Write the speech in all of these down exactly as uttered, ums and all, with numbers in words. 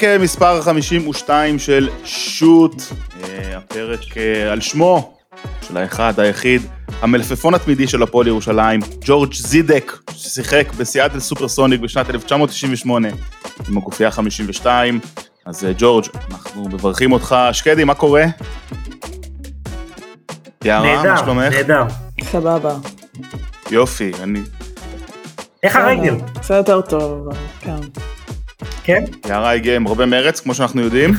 פרק מספר חמישים ושתיים של שוט, הפרק על שמו של האחד, היחיד, המלפפון התמידי של הפועל ירושלים, ג'ורג' זידק, ששיחק בסיאטל סופרסוניק בשנת אלף תשע מאות תשעים ושמונה, עם הגופייה חמישים ושתיים. אז ג'ורג', אנחנו מברכים אותך. שקדי, מה קורה? יערה, מה שלומך? נהדר. סבבה. יופי, אני... איך הרגל? זה יותר טוב, כן. כן? יערה הגיעה עם הרבה מרץ, כמו שאנחנו יודעים.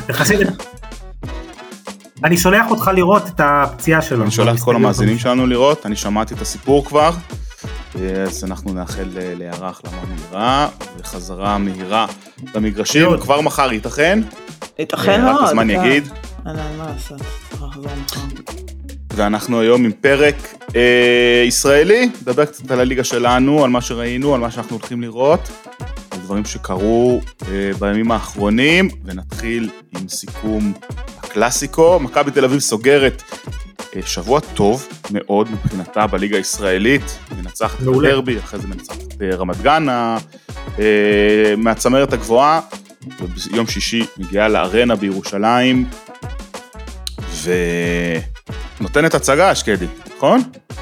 אני שולח אותך לראות את הפציעה שלו. אני שולח את כל המאזינים שלנו לראות, אני שמעתי את הסיפור כבר, אז אנחנו נאחל ליערה החלמה מהירה, וחזרה מהירה במגרשים, כבר מחר ייתכן. ייתכן מאוד. רק הזמן יגיד. אין מה לעשות, צריך לחזור מחר. ואנחנו היום עם פרק אה, ישראלי, נדבר קצת על הליגה שלנו, על מה שראינו, על מה שאנחנו הולכים לראות, על דברים שקרו אה, בימים האחרונים, ונתחיל עם סיכום הקלאסיקו. מכבי תל אביב סוגרת אה, שבוע טוב מאוד מבחינתה בליגה הישראלית, מנצחת את הדרבי, אחרי זה מנצחת את אה, רמת גן, אה, מהצמרת הגבוהה, וביום שישי מגיעה לארנה בירושלים, ו... נותנת הצגה, שקדי, נכון?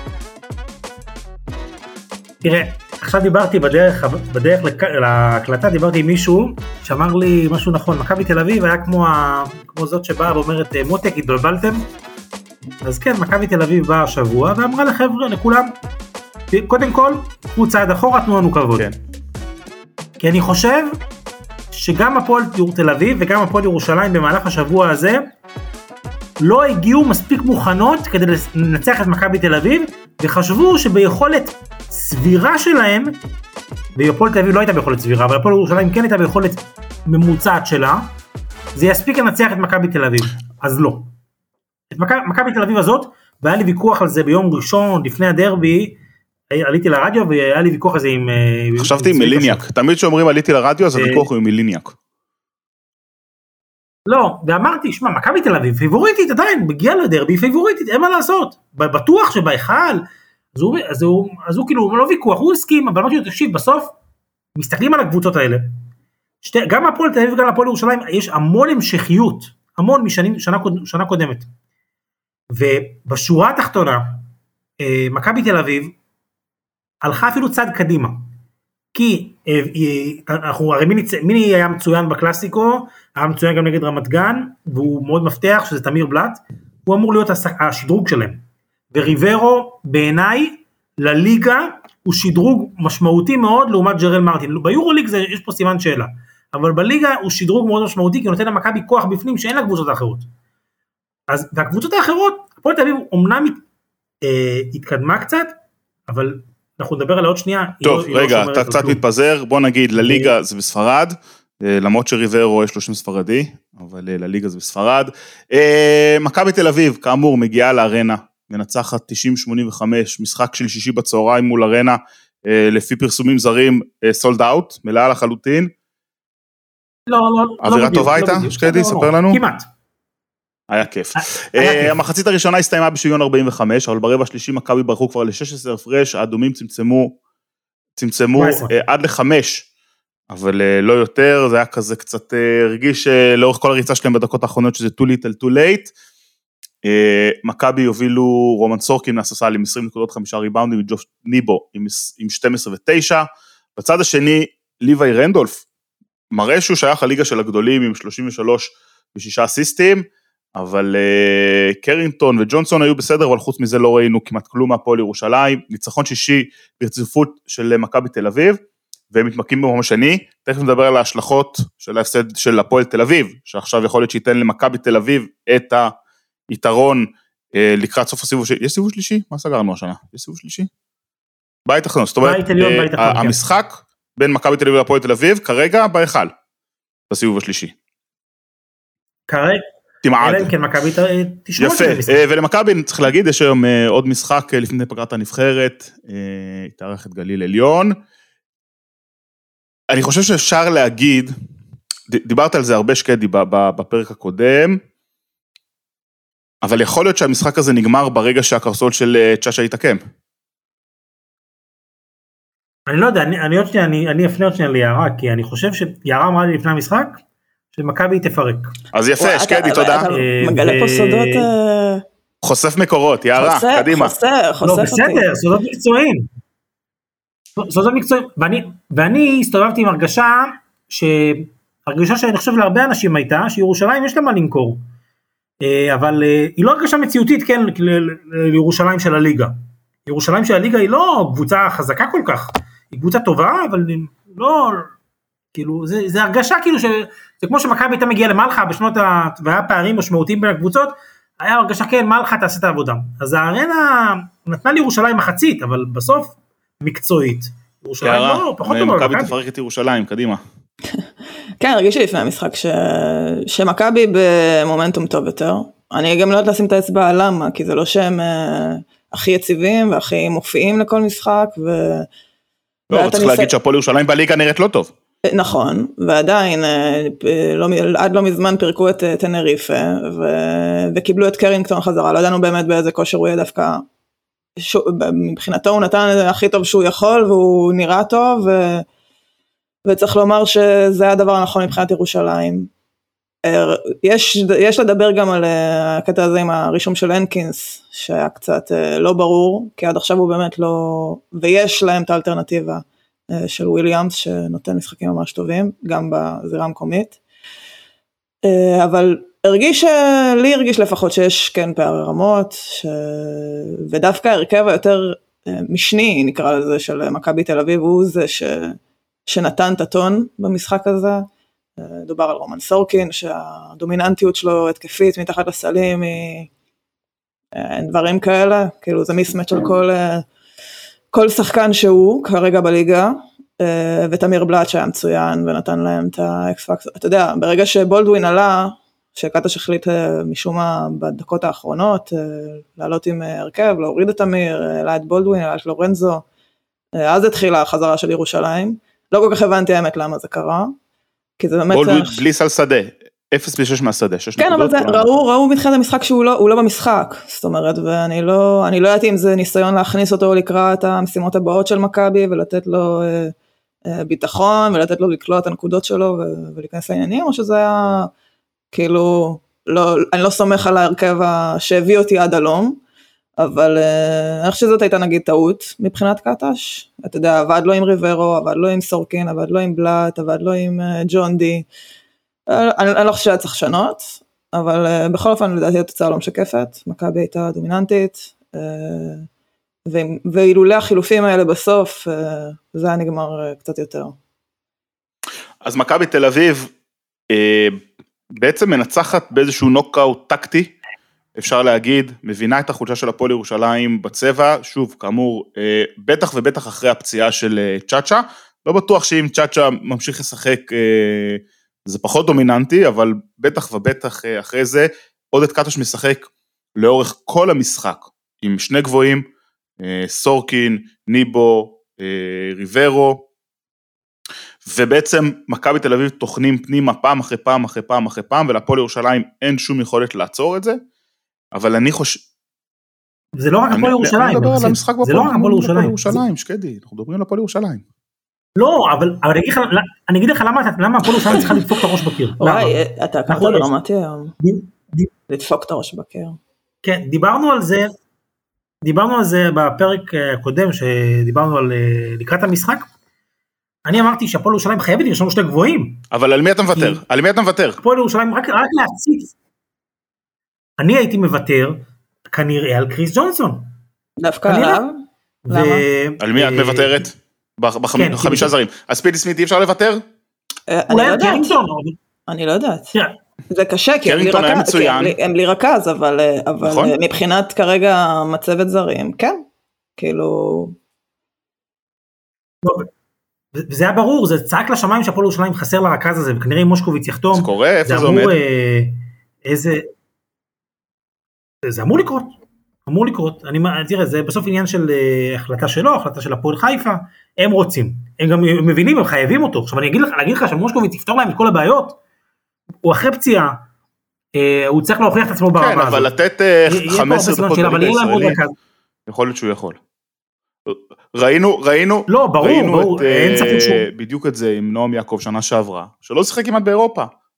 תראה, עכשיו דיברתי בדרך, בדרך להקלטה, דיברתי עם מישהו שאמר לי משהו נכון, מכבי תל אביב היה כמו, ה, כמו זאת שבאה ואומרת, מותק, התבלבלתם? אז כן, מכבי תל אביב באה השבוע, ואמרה לחבר'ה, לכולם, קודם כל, הוא צעד אחורה, תנו לנו כבוד. כן. כי אני חושב שגם הפועל תל אביב וגם הפועל ירושלים במהלך השבוע הזה, לא הגיעו מספיק מוכנות כדי לנצח את מכבי תל אביב, וחשבו שביכולת סבירה שלהם, והפועל תל אביב לא הייתה ביכולת סבירה, אבל הפועל ירושלים כן הייתה ביכולת ממוצעת שלה, זה יספיק לנצח את מכבי תל אביב. אז לא. את מכבי תל אביב הזאת, והיה לי ויכוח על זה ביום ראשון, לפני הדרבי, עליתי לרדיו, והיה לי ויכוח על זה עם... חשבתי עם מיליניאק. תמיד שאומרים עליתי לרדיו, אז הוויכוח הוא עם מיליניאק. לא, ואמרתי, שמע, מכבי תל אביב, פיבוריטית עדיין, מגיע לדרבי, פיבוריטית, אין מה לעשות, בטוח שבהיכל, אז הוא, אז הוא, אז הוא כאילו, לא ויכוח, הוא הסכים, אבל אמרתי לו, תקשיב, בסוף, מסתכלים על הקבוצות האלה, שתי, גם הפועל תל אביב וגם הפועל ירושלים, יש המון המשכיות, המון משנים, שנה, שנה קודמת, ובשורה התחתונה, מכבי תל אביב, הלכה אפילו צעד קדימה, כי אנחנו, הרי מי, מי היה מצוין בקלאסיקו, היה מצוין גם נגד רמת גן, והוא מאוד מבטיח שזה תמיר בלט, הוא אמור להיות השדרוג שלהם, וריברו בעיניי לליגה הוא שדרוג משמעותי מאוד לעומת ג'רל מרטין, ביורוליג זה, יש פה סימן שאלה, אבל בליגה הוא שדרוג מאוד משמעותי, כי הוא נותן למכבי כוח בפנים שאין לה קבוצות האחרות, אז והקבוצות האחרות, הפועל תל אביב אומנם אה, התקדמה קצת, אבל אנחנו נדבר עליה עוד שנייה. טוב, רגע, אתה קצת מתפזר, בוא נגיד, לליגה זה בספרד, למרות שריברו יש לו שם ספרדי, אבל לליגה זה בספרד. מכבי תל אביב, כאמור, מגיעה לארנה, מנצחת תשעים שמונים וחמש, משחק של שישי בצהריים מול ארנה, לפי פרסומים זרים, סולד אאוט, מלאה לחלוטין. לא, לא, לא. אווירה טובה הייתה? שקדי, ספר לנו. כמעט. היה כיף. המחצית הראשונה הסתיימה בשוויון ארבעים וחמש, אבל ברבע השלישי מכבי ברחו כבר ל-שש עשרה הפרש, האדומים צמצמו, צמצמו עד לחמש, אבל לא יותר, זה היה כזה קצת הרגיש לאורך כל הריצה שלהם בדקות האחרונות, שזה too little too late. מכבי יובילו רומן סורקין מהספסל עם עשרים נקודות, חמישה ריבאונדים, וג'וש ניבו עם שתים עשרה ותשע. בצד השני, ליווי רנדולף, מראה שהוא שייך הליגה של הגדולים עם שלושים ושלוש ושישה אסיסטים, אבל uh, קרינגטון וג'ונסון היו בסדר, אבל חוץ מזה לא ראינו כמעט כלום מהפועל ירושלים, ניצחון שישי ברציפות של מכבי תל אביב, והם מתמקים במקום השני, תכף נדבר על ההשלכות של ההפסד של הפועל תל אביב, שעכשיו יכול להיות שייתן למכבי תל אביב את היתרון uh, לקראת סוף הסיבוב, ש... יש סיבוב שלישי? מה סגרנו השנה? יש סיבוב שלישי? בית אחרון, זאת אומרת, בית עליון, בית אחרון, המשחק בין מכבי תל אביב והפועל תל אביב, כרגע בהיכל, בסיבוב השלישי. כרגע תמעד. אלא אם כן מכבי תשמור. יפה, ולמכבי צריך להגיד, יש היום עוד משחק לפני פגרת הנבחרת, התארח את גליל עליון. אני חושב שאפשר להגיד, דיברת על זה הרבה שקדי בפרק הקודם, אבל יכול להיות שהמשחק הזה נגמר ברגע שהקרסול של צ'אצ'ה יתעקם. אני לא יודע, אני, אני, אני, אני אפנה עוד שנייה ליערה, כי אני חושב שיערה אמרה לי לפני המשחק, שמכבי תפרק. אז יפה, שקדי, תודה. אתה מגלה פה סודות... חוסף מקורות, יערה, קדימה. חושף לא, אותי. בסדר, סודות מקצועיים. סודות מקצועיים, ואני הסתובבתי עם הרגשה, הרגשה שאני חושב להרבה אנשים הייתה, שירושלים יש לה מה למכור. אבל היא לא הרגשה מציאותית, כן, לירושלים של הליגה. ירושלים של הליגה היא לא קבוצה חזקה כל כך, היא קבוצה טובה, אבל לא, כאילו, זה, זה הרגשה כאילו, ש, זה כמו שמכבי הייתה מגיעה למלחה בשנות ה... והיה פערים משמעותיים בין הקבוצות, היה הרגשה כן, מלחה תעשה את העבודה. אז הארנה נתנה לירושלים מחצית, אבל בסוף מקצועית. ירושלים יערה, לא, פחות טובה. מכבי תפרק את ירושלים, קדימה. כן, הרגיש לי לפני המשחק ש... שמכבי במומנטום טוב יותר. אני גם לא יודעת לשים את האצבע על למה, כי זה לא שהם הכי יציבים והכי מופיעים לכל משחק. ו... לא, צריך להגיד שהפועל ירושלים בליגה נראית לא טוב. נכון, ועדיין, לא, עד לא מזמן פירקו את טנריפה, ו... וקיבלו את קרינגטון חזרה, לא ידענו באמת באיזה כושר הוא יהיה דווקא, ש... מבחינתו הוא נתן הכי טוב שהוא יכול, והוא נראה טוב, ו... וצריך לומר שזה הדבר הנכון מבחינת ירושלים. יש, יש לדבר גם על הקטע הזה עם הרישום של הנקינס, שהיה קצת לא ברור, כי עד עכשיו הוא באמת לא, ויש להם את האלטרנטיבה של וויליאמס, שנותן משחקים ממש טובים, גם בזירה המקומית. אבל הרגיש, לי הרגיש לפחות שיש כן פערי רמות, ש... ודווקא הרכב היותר משני, נקרא לזה, של מכבי תל אביב, הוא זה ש... שנתן את הטון במשחק הזה. דובר על רומן סורקין, שהדומיננטיות שלו התקפית מתחת לסלים, היא דברים כאלה, כאילו זה מיסמט של כל, כל שחקן שהוא כרגע בליגה, ותמיר בלאט שהיה מצוין, ונתן להם את האקס-פקס. אתה יודע, ברגע שבולדווין עלה, שקטש החליט משום מה בדקות האחרונות, לעלות עם הרכב, להוריד את תמיר, העלה את בולדווין, העלה את לורנזו, אז התחילה החזרה של ירושלים. לא כל כך הבנתי האמת למה זה קרה, כי זה באמת... בולדווין בלי סל שדה, אפס ושש מהשדה, שש כן, נקודות. אבל זה, ראו, ראו מתחילת המשחק שהוא לא, הוא לא במשחק, זאת אומרת, ואני לא, אני לא יודעתי אם זה ניסיון להכניס אותו לקראת המשימות הבאות של מכבי, ולתת לו אה, אה, ביטחון, ולתת לו לקלוע את הנקודות שלו, ו- ולהיכנס לעניינים, או שזה היה, כאילו, לא, אני לא סומך על ההרכב שהביא אותי עד הלום, אבל אה, אני חושב שזאת הייתה נגיד טעות מבחינת קטש, אתה יודע, עבד לא עם ריברו, עבד לא עם סורקין, עבד לא עם בלאט, עבד לא עם אה, ג'ון די, אני, אני לא חושב שהיה צריך לשנות, אבל uh, בכל אופן לדעתי התוצאה לא משקפת, מכבי הייתה דומיננטית, uh, ואילולי החילופים האלה בסוף, uh, זה היה נגמר uh, קצת יותר. אז מכבי תל אביב uh, בעצם מנצחת באיזשהו נוקאוט טקטי, אפשר להגיד, מבינה את החולשה של הפועל ירושלים בצבע, שוב, כאמור, uh, בטח ובטח אחרי הפציעה של uh, צ'אצ'ה, לא בטוח שאם צ'אצ'ה ממשיך לשחק... Uh, זה פחות דומיננטי, אבל בטח ובטח אחרי זה, עודד קטש משחק לאורך כל המשחק, עם שני גבוהים, סורקין, ניבו, ריברו, ובעצם מכבי תל אביב תוכנים פנימה פעם אחרי פעם אחרי פעם אחרי פעם, ולפועל ירושלים אין שום יכולת לעצור את זה, אבל אני חושב... זה לא רק הפועל ירושלים, אני מדבר על המשחק זה לא רק הפועל ירושלים, שקדי, אנחנו מדברים על הפועל ירושלים. לא, אבל אני אגיד לך למה הפועל ירושלים צריכה לדפוק את הראש בקיר. וואי, אתה קראת דרמטי היום. לדפוק את הראש בקיר. כן, דיברנו על זה, דיברנו על זה בפרק הקודם, שדיברנו על לקראת המשחק, אני אמרתי שהפועל ירושלים חייבת לרשום שתי גבוהים. אבל על מי אתה מוותר? על מי אתה מוותר? הפועל ירושלים רק להציץ. אני הייתי מוותר, כנראה על קריס ג'ונסון. דווקא עליו? למה? על מי את מוותרת? בחמישה זרים. אז פידי סמית אי אפשר לוותר? אני לא יודעת. אני לא יודעת. זה קשה, כי הם בלי רכז, אבל מבחינת כרגע מצבת זרים, כן. כאילו... וזה היה ברור, זה צעק לשמיים שהפועל ירושלים חסר לרכז הזה, וכנראה אם מושקוביץ יחתום... זה קורה, איפה זה עומד? איזה... זה אמור לקרות. אמור לקרות, אני, תראה, זה בסוף עניין של uh, החלטה שלו, החלטה של הפועל חיפה, הם רוצים, הם גם מבינים, הם חייבים אותו, עכשיו אני אגיד לך, להגיד לך שמושקוביץ יפתור להם את כל הבעיות, הוא אחרי פציעה, uh, הוא צריך להוכיח את עצמו ברמה הזאת. כן, אבל לתת uh, חמש עשרה דקות בליגה הישראלית, יכול להיות שהוא יכול. ראינו, ראינו, לא, ברור, ראינו ברור, את, אין ספק שהוא. בדיוק את זה עם נועם יעקב שנה שעברה, שלא שיחק כמעט באירופה,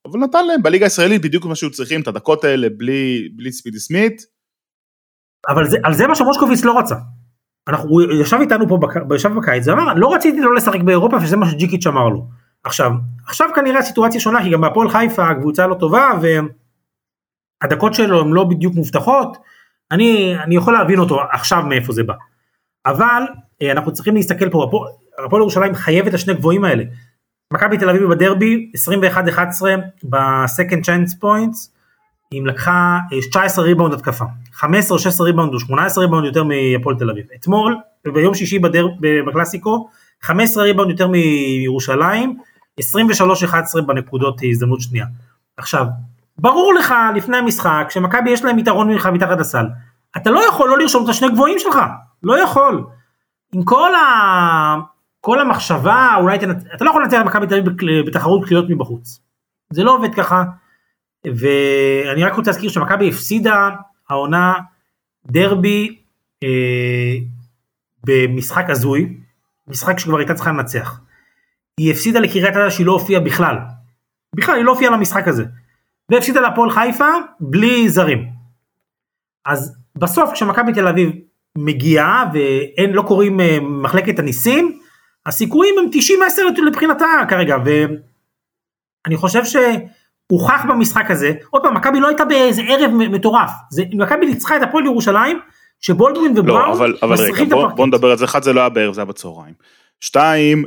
אבל נתן להם בליגה הישראלית בדיוק מה שהיו צריכים, את הדקות האלה בלי, בלי ספידי סמית. אבל זה, על זה מה שמושקוביץ לא רצה. אנחנו, הוא ישב איתנו פה, ישב בקיץ, זה אמר, לא רציתי לא לשחק באירופה, וזה מה שג'יקיץ' אמר לו. עכשיו, עכשיו כנראה הסיטואציה שונה, כי גם בהפועל חיפה הקבוצה לא טובה, והדקות שלו הן לא בדיוק מובטחות, אני, אני יכול להבין אותו עכשיו מאיפה זה בא. אבל אנחנו צריכים להסתכל פה, הפועל ירושלים חייב את השני גבוהים האלה. מכבי תל אביב בדרבי, עשרים ואחת אחת עשרה בסקנד צ'אנס פוינטס, היא לקחה תשע עשרה ריבאונד התקפה, חמש עשרה או שש עשרה ריבאונד, שמונה עשרה ריבאונד יותר מהפועל תל אביב. אתמול, ביום שישי בדר, בקלאסיקו, חמש עשרה ריבאונד יותר מירושלים, עשרים ושלוש אחת עשרה בנקודות הזדמנות שנייה. עכשיו, ברור לך לפני המשחק, שמכבי יש להם יתרון ממך מתחת לסל, אתה לא יכול לא לרשום את השני גבוהים שלך, לא יכול. עם כל, ה... כל המחשבה, אולי תנצ... אתה לא יכול לנצח את מכבי תל אביב בתחרות קליעות מבחוץ. זה לא עובד ככה, ואני רק רוצה להזכיר שמכבי הפסידה העונה דרבי אה, במשחק הזוי, משחק שכבר הייתה צריכה לנצח. היא הפסידה לקריית אתא שהיא לא הופיעה בכלל, בכלל היא לא הופיעה למשחק הזה, והפסידה להפועל חיפה בלי זרים. אז בסוף כשמכבי תל אביב מגיעה, ואין לא קוראים מחלקת הניסים, הסיכויים הם תשעים עשר לבחינתה כרגע, ואני חושב שהוכח במשחק הזה, עוד פעם, מכבי לא הייתה באיזה ערב מטורף, זה, מכבי ניצחה את הפועל ירושלים, שבולדווין ובראון, לא, אבל, אבל רגע, בוא, בוא נדבר על זה, אחד זה לא היה בערב, זה היה בצהריים. שתיים,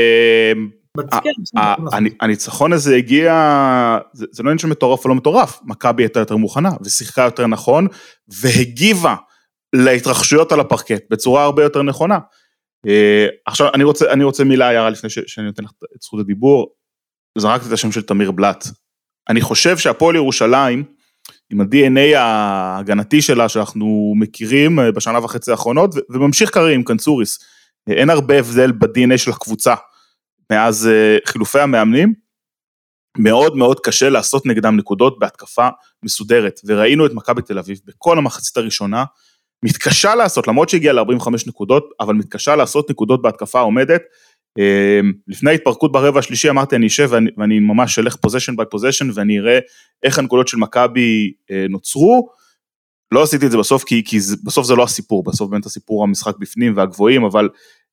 הניצחון הזה הגיע, זה לא עניין של מטורף או לא מטורף, מכבי הייתה יותר מוכנה, ושיחקה יותר נכון, והגיבה להתרחשויות על הפרקט, בצורה הרבה יותר נכונה. עכשיו, אני רוצה, אני רוצה מילה יערה, לפני שאני נותן לך את זכות הדיבור, זרקתי את השם של תמיר בלט. אני חושב שהפועל ירושלים, עם ה-די אן איי ההגנתי שלה, שאנחנו מכירים בשנה וחצי האחרונות, וממשיך קרי עם קנצוריס, אין הרבה הבדל ב-די אן איי של הקבוצה, מאז חילופי המאמנים, מאוד מאוד קשה לעשות נגדם נקודות בהתקפה מסודרת, וראינו את מכבי תל אביב בכל המחצית הראשונה, מתקשה לעשות, למרות שהגיעה ל-ארבעים וחמש נקודות, אבל מתקשה לעשות נקודות בהתקפה עומדת, לפני התפרקות ברבע השלישי אמרתי אני אשב ואני, ואני ממש אלך פוזיישן ביי פוזיישן ואני אראה איך הנקודות של מכבי נוצרו, לא עשיתי את זה בסוף כי, כי זה, בסוף זה לא הסיפור, בסוף באמת הסיפור המשחק בפנים והגבוהים, אבל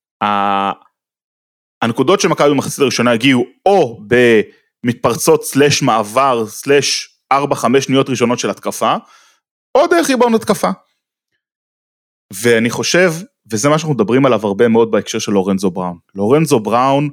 הנקודות של מכבי במחצית הראשונה הגיעו או במתפרצות סלש מעבר סלש ארבע חמש שניות ראשונות של התקפה, או דרך ריבאונד התקפה. ואני חושב, וזה מה שאנחנו מדברים עליו הרבה מאוד בהקשר של לורנזו בראון. לורנזו בראון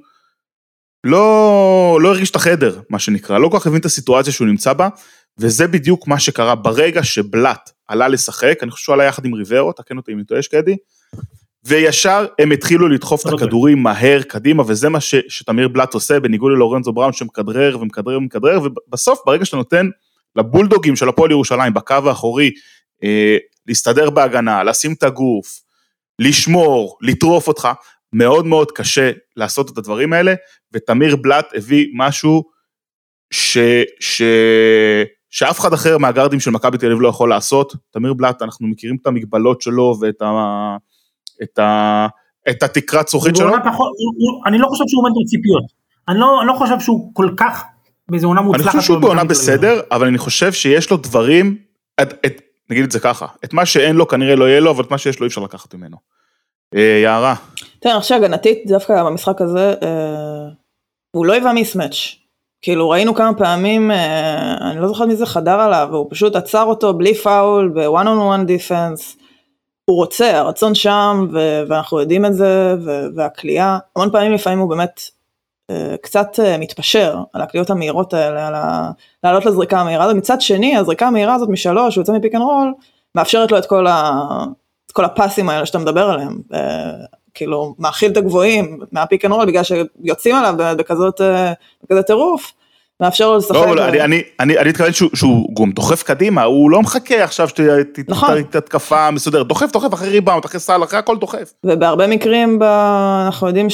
לא, לא הרגיש את החדר, מה שנקרא, לא כל כך הבין את הסיטואציה שהוא נמצא בה, וזה בדיוק מה שקרה ברגע שבלט עלה לשחק, אני חושב שהוא עלה יחד עם ריברו, תקן אותי אם אני טועה שקדי, וישר הם התחילו לדחוף את הכדורים מהר קדימה, וזה מה ש, שתמיר בלט עושה, בניגוד ללורנזו בראון שמקדרר ומקדרר ומקדרר, ובסוף ברגע שאתה נותן לבולדוגים של הפועל ירושלים, בקו האחורי, אה, להסתדר בהגנה, לשים את הגוף, לשמור, לטרוף אותך, מאוד מאוד קשה לעשות את הדברים האלה, ותמיר בלט הביא משהו ש, ש, שאף אחד אחר מהגרדים של מכבי תל אביב לא יכול לעשות. תמיר בלט, אנחנו מכירים את המגבלות שלו, ואת ה, את ה, את התקרת זכוכית שלו. פחות, אני לא חושב שהוא עומד בציפיות, אני לא, אני לא חושב שהוא כל כך, באיזו עונה מוצלחת. אני חושב שהוא בעונה בסדר, אבל אני חושב שיש לו דברים, את, את, נגיד את זה ככה, את מה שאין לו כנראה לא יהיה לו, אבל את מה שיש לו אי אפשר לקחת ממנו. יערה. תראה, עכשיו הגנתית, דווקא במשחק הזה, הוא לא היווה מיסמץ'. כאילו ראינו כמה פעמים, אני לא זוכרת מי זה חדר עליו, והוא פשוט עצר אותו בלי פאול, ב-one on one defense, הוא רוצה, הרצון שם, ואנחנו יודעים את זה, והקליעה, המון פעמים לפעמים הוא באמת קצת מתפשר על הקליעות המהירות האלה, על לעלות לזריקה המהירה, ומצד שני, הזריקה המהירה הזאת משלוש, הוא יוצא מפיק אנד רול, מאפשרת לו את כל ה... את כל הפסים האלה שאתה מדבר עליהם, כאילו, מאכיל את הגבוהים, מהפיק אנד רול, בגלל שיוצאים עליו בכזאת, בכזה טירוף, מאפשר לו לשחק. לא, אני אתכוון שהוא גם דוחף קדימה, הוא לא מחכה עכשיו שתתקפה מסודרת, דוחף, דוחף, אחרי ריבאונד, אחרי סל, אחרי הכל דוחף. ובהרבה מקרים, אנחנו יודעים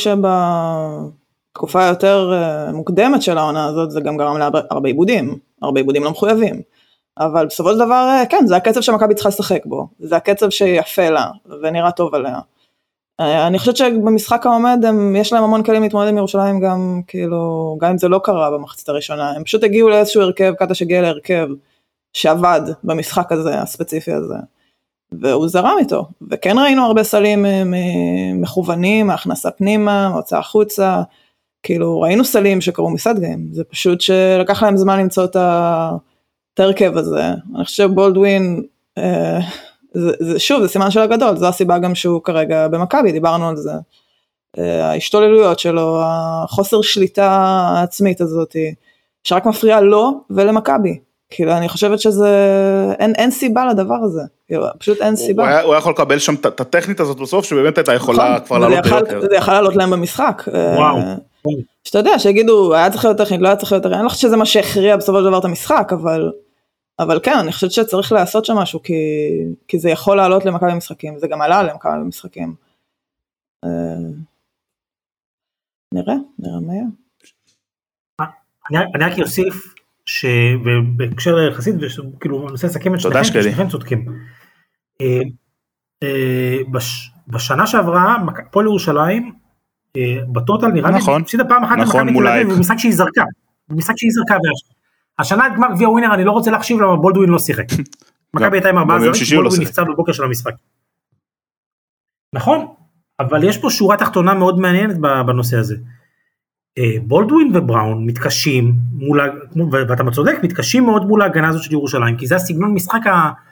שבתקופה יותר מוקדמת של העונה הזאת, זה גם גרם להרבה עיבודים, הרבה עיבודים לא מחויבים. אבל בסופו של דבר, כן, זה הקצב שמכבי צריכה לשחק בו, זה הקצב שיפה לה, ונראה טוב עליה. אני חושבת שבמשחק העומד, הם, יש להם המון כלים להתמודד עם ירושלים גם, כאילו, גם אם זה לא קרה במחצית הראשונה, הם פשוט הגיעו לאיזשהו הרכב, קטש הגיע להרכב, שעבד במשחק הזה, הספציפי הזה, והוא זרם איתו, וכן ראינו הרבה סלים מכוונים, מהכנסה פנימה, מהוצאה החוצה, כאילו, ראינו סלים שקראו מסד גיים, זה פשוט שלקח להם זמן למצוא את ההרכב הזה, אני חושב שבולדווין, זה, זה, שוב, זה סימן של הגדול, זו הסיבה גם שהוא כרגע במכבי, דיברנו על זה, ההשתוללויות שלו, החוסר שליטה העצמית הזאת, שרק מפריע לו ולמכבי, כאילו אני חושבת שזה, אין, אין סיבה לדבר הזה, כאילו, פשוט אין סיבה. הוא היה, הוא היה יכול לקבל שם את הטכנית הזאת בסוף, שבאמת הייתה יכולה נכון, כבר לעלות ביותר. זה יכול לעלות להם במשחק. וואו. שאתה יודע, שיגידו, היה צריך להיות טכנית, לא היה צריך להיות טכנית, אני לא חושבת שזה מה שהכריע בסופו של דבר את המשחק, אבל... אבל כן, אני חושבת שצריך לעשות שם משהו, כי, כי זה יכול לעלות למכבי משחקים, זה גם עלה למכבי משחקים. נראה, נראה מה יהיה. אני, אני רק יוסיף, שבהקשר ליחסית, וכאילו, אני רוצה לסכם את שניכם, שניכם צודקים. בש, בשנה שעברה, הפועל ירושלים, בטוטל נראה לי, נכון, הפסידה פעם אחת נכון, למכבי תל אביב, במשחק שהיא זרקה, במשחק שהיא זרקה, השנה את גמר גביע ווינר, אני לא רוצה להחשיב למה בולדווין לא שיחק. מכבי הייתה עם ארבעה זרים, בולדווין נפצע בבוקר של המשחק. נכון, אבל יש פה שורה תחתונה מאוד מעניינת בנושא הזה. בולדווין ובראון מתקשים, ואתה מצודק, מתקשים מאוד מול ההגנה הזאת של ירושלים, כי זה הסגנון משחק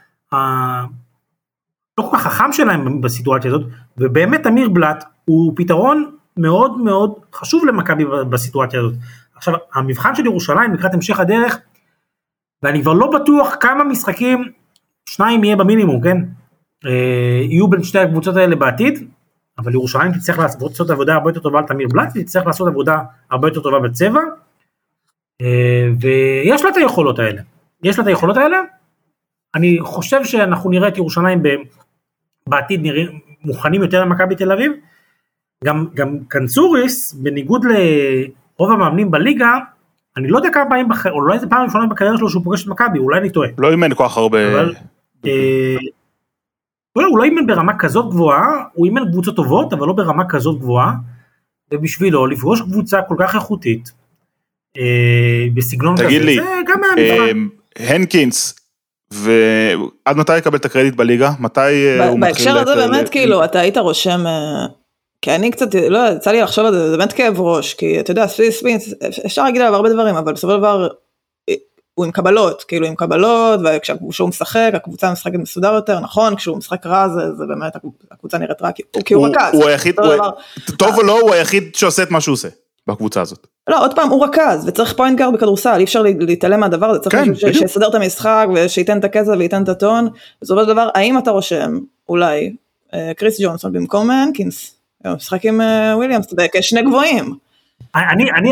לא כל כך חכם שלהם בסיטואציה הזאת, ובאמת אמיר בלט הוא פתרון מאוד מאוד חשוב למכבי בסיטואציה הזאת. עכשיו, המבחן של ירושלים לקראת המשך הדרך, ואני כבר לא בטוח כמה משחקים, שניים יהיה במינימום, כן? אה, יהיו בין שתי הקבוצות האלה בעתיד, אבל ירושלים תצטרך לעשות עבודה הרבה יותר טובה על תמיר בלט, תצטרך לעשות עבודה הרבה יותר טובה בצבע, אה, ויש לה את היכולות האלה. יש לה את היכולות האלה, אני חושב שאנחנו נראה את ירושלים בעתיד נראה, מוכנים יותר למכבי תל אביב, גם, גם קנצוריס, בניגוד ל... רוב המאמנים בליגה, אני לא יודע כמה פעמים, בח... או לא איזה פעם ראשונה בקריירה שלו שהוא פוגש את מכבי, אולי אני טועה. לא אימן כל כך הרבה. אבל, אה, לא, הוא לא אימן ברמה כזאת גבוהה, הוא אימן קבוצות טובות, אבל לא ברמה כזאת גבוהה, ובשבילו לפגוש קבוצה כל כך איכותית, אה, בסגנון כזה, לי, זה גם מהמבחן. אה, הנקינס, ועד מתי יקבל את הקרדיט בליגה? מתי ב- הוא מתחיל... בהקשר הזה באמת ל- כאילו, אתה היית רושם... כי אני קצת, לא, יצא לי לחשוב על זה, זה באמת כאב ראש, כי אתה יודע, ספינס, אפשר להגיד עליו הרבה דברים, אבל בסופו של דבר, הוא עם קבלות, כאילו עם קבלות, וכשהוא משחק, הקבוצה משחקת מסודר יותר, נכון, כשהוא משחק רע, זה, זה באמת, הקבוצה נראית רע, כי הוא רכז. הוא היחיד, הוא, דבר, טוב או לא, הוא היחיד שעושה את מה שהוא עושה, בקבוצה הזאת. לא, עוד פעם, הוא רכז, וצריך פוינט גארד בכדורסל, אי אפשר להתעלם מהדבר הזה, צריך כן, מישהו שיסדר את המשחק, ושייתן את הכסף, וייתן את הטון, בסופו של דבר, האם אתה רושם, אולי, קריס ג'ונסון במקום הנקינס? משחק עם וויליאמס, כשני גבוהים. אני, אני,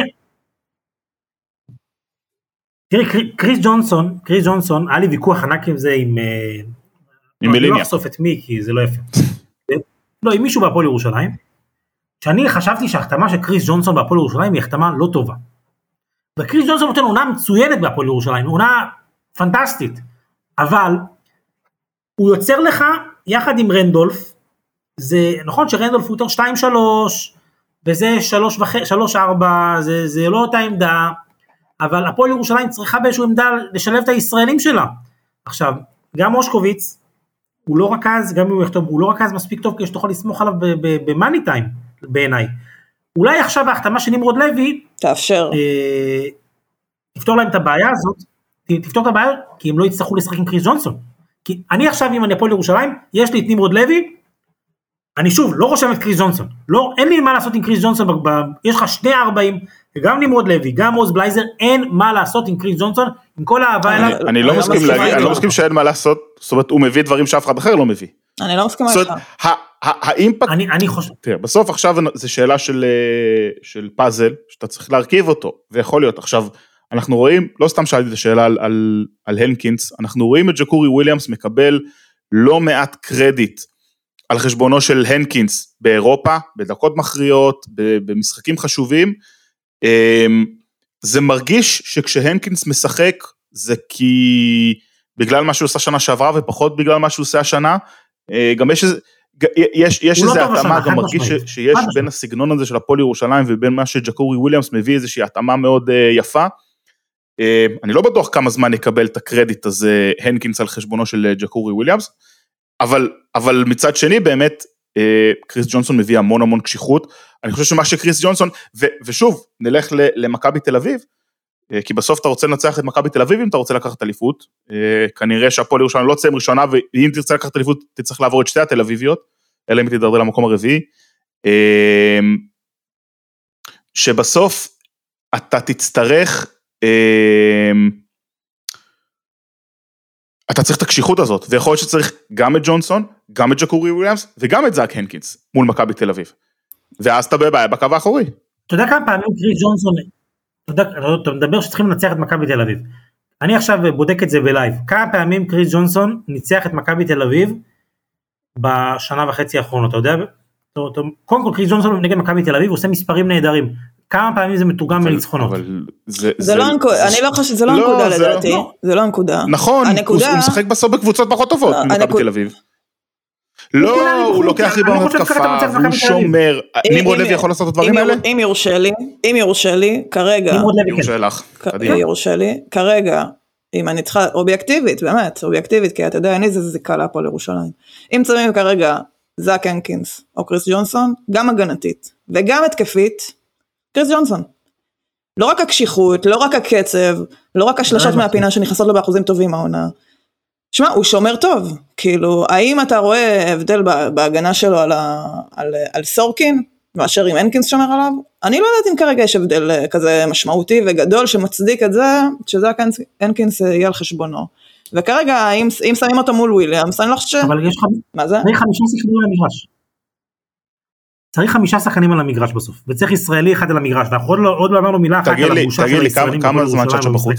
תראי, קריס ג'ונסון, קריס ג'ונסון, היה לי ויכוח ענק עם זה, עם, עם מליניה. אני לא אחשוף את מי, כי זה לא יפה. לא, עם מישהו בהפועל ירושלים, שאני חשבתי שההחתמה של קריס ג'ונסון בהפועל ירושלים, היא החתמה לא טובה. וקריס ג'ונסון נותן עונה מצוינת בהפועל ירושלים, עונה פנטסטית, אבל, הוא יוצר לך, יחד עם רנדולף, זה נכון שרנדולף הוא יותר שתיים שלוש, וזה שלוש ארבע, זה, זה לא אותה עמדה, אבל הפועל ירושלים צריכה באיזשהו עמדה לשלב את הישראלים שלה. עכשיו, גם מושקוביץ, הוא לא רכז, גם אם הוא יכתוב, הוא לא רכז מספיק טוב, כי שתוכל לסמוך עליו במאני טיים, בעיניי. אולי עכשיו ההחתמה של נמרוד לוי, תאפשר. אה, תפתור להם את הבעיה הזאת, תפתור את הבעיה, כי הם לא יצטרכו לשחק עם קריס ג'ונסון. כי אני עכשיו, אם אני הפועל ירושלים, יש לי את נמרוד לוי, אני שוב, לא רושם את קריס ג'ונסון, לא, אין לי מה לעשות עם קריס ג'ונסון, ב, ב, יש לך שני ארבעים, גם נמרוד לוי, גם עוז בלייזר, אין מה לעשות עם קריס ג'ונסון, עם כל האהבה אליו. אני לא מסכים להגיד, אני לא מסכים שאין מה לעשות, זאת אומרת, הוא מביא דברים שאף אחד אחר לא מביא. אני לא מסכימה איתך. האימפקט, אני חושב, תראה, בסוף עכשיו זו שאלה של פאזל, שאתה צריך להרכיב אותו, ויכול להיות, עכשיו, אנחנו רואים, לא סתם שאלתי את השאלה על הנקינס, אנחנו רואים את ג'קורי וויליאמס מקבל לא מעט קרדיט, על חשבונו של הנקינס באירופה, בדקות מכריעות, במשחקים חשובים, זה מרגיש שכשהנקינס משחק, זה כי בגלל מה שהוא עושה שנה שעברה, ופחות בגלל מה שהוא עושה השנה, גם יש, יש, יש איזו התאמה, גם מרגיש ש, שיש בין הסגנון הזה של הפועל ירושלים, ובין מה שג'קורי וויליאמס מביא איזושהי התאמה מאוד uh, יפה, uh, אני לא בטוח כמה זמן יקבל את הקרדיט הזה, הנקינס על חשבונו של ג'קורי וויליאמס, אבל, אבל מצד שני באמת, uh, קריס ג'ונסון מביא המון המון קשיחות, אני חושב שמה שקריס ג'ונסון, ו, ושוב, נלך למכבי תל אביב, uh, כי בסוף אתה רוצה לנצח את מכבי תל אביב, אם אתה רוצה לקחת אליפות, uh, כנראה שהפועל ירושלים לא תסיים ראשונה, ואם תרצה לקחת אליפות, תצטרך לעבור את שתי התל אביביות, אלא אם תדרדר למקום הרביעי, שבסוף אתה תצטרך, אתה צריך את הקשיחות הזאת, ויכול להיות שצריך גם את ג'ונסון, גם את ג'קורי וויליאמס, וגם את זאק הנקינס, מול מכבי תל אביב. ואז אתה בבעיה בקו האחורי. אתה יודע כמה פעמים קריס ג'ונסון, אתה מדבר שצריכים לנצח את מכבי תל אביב. אני עכשיו בודק את זה בלייב. כמה פעמים קריס ג'ונסון ניצח את מכבי תל אביב, בשנה וחצי האחרונות, אתה יודע, קודם כל קריס ג'ונסון נגד מכבי תל אביב, הוא עושה מספרים נהדרים, כמה פעמים זה מתורגם בניצחונות. זה לא הנקודה, אני לא חושבת, זה לא הנקודה לדעתי, זה לא הנקודה. נכון, הוא משחק בסוף בקבוצות פחות טובות ממכבי תל אביב. לא, הוא לוקח ריבונות התקפה, הוא שומר, נמרוד לוי יכול לעשות את הדברים האלה? אם יורשה לי, אם יורשה לי, כרגע, יורשה לי, כרגע, אם אני צריכה אובייקטיבית, באמת, אובייקטיבית, כי אתה יודע, אין איזה זיקה להפועל ירושלים. אם צמים כרגע זאק הנקינס או קריס ג'ונסון, גם הגנתית וגם התקפית, קריס ג'ונסון. לא רק הקשיחות, לא רק הקצב, לא רק השלשות מהפינה שנכנסות לו באחוזים טובים העונה. שמע, הוא שומר טוב. כאילו, האם אתה רואה הבדל בהגנה שלו על, על, על סורקין, מאשר אם הנקינס שומר עליו? אני לא יודעת אם כרגע יש הבדל כזה משמעותי וגדול שמצדיק את זה, שזה הנקינס יהיה על חשבונו. וכרגע, אם, אם שמים אותו מול וויליאמס, אני לא חושבת ש... אבל יש חמ... מה זה? צריך חמישה שחקנים על המגרש. צריך חמישה שחקנים על המגרש בסוף, וצריך ישראלי אחד על המגרש, ואנחנו עוד לא, עוד לא אמרנו מילה אחת על הבושה של הישראלים. כמה זמן שאתה בחוץ?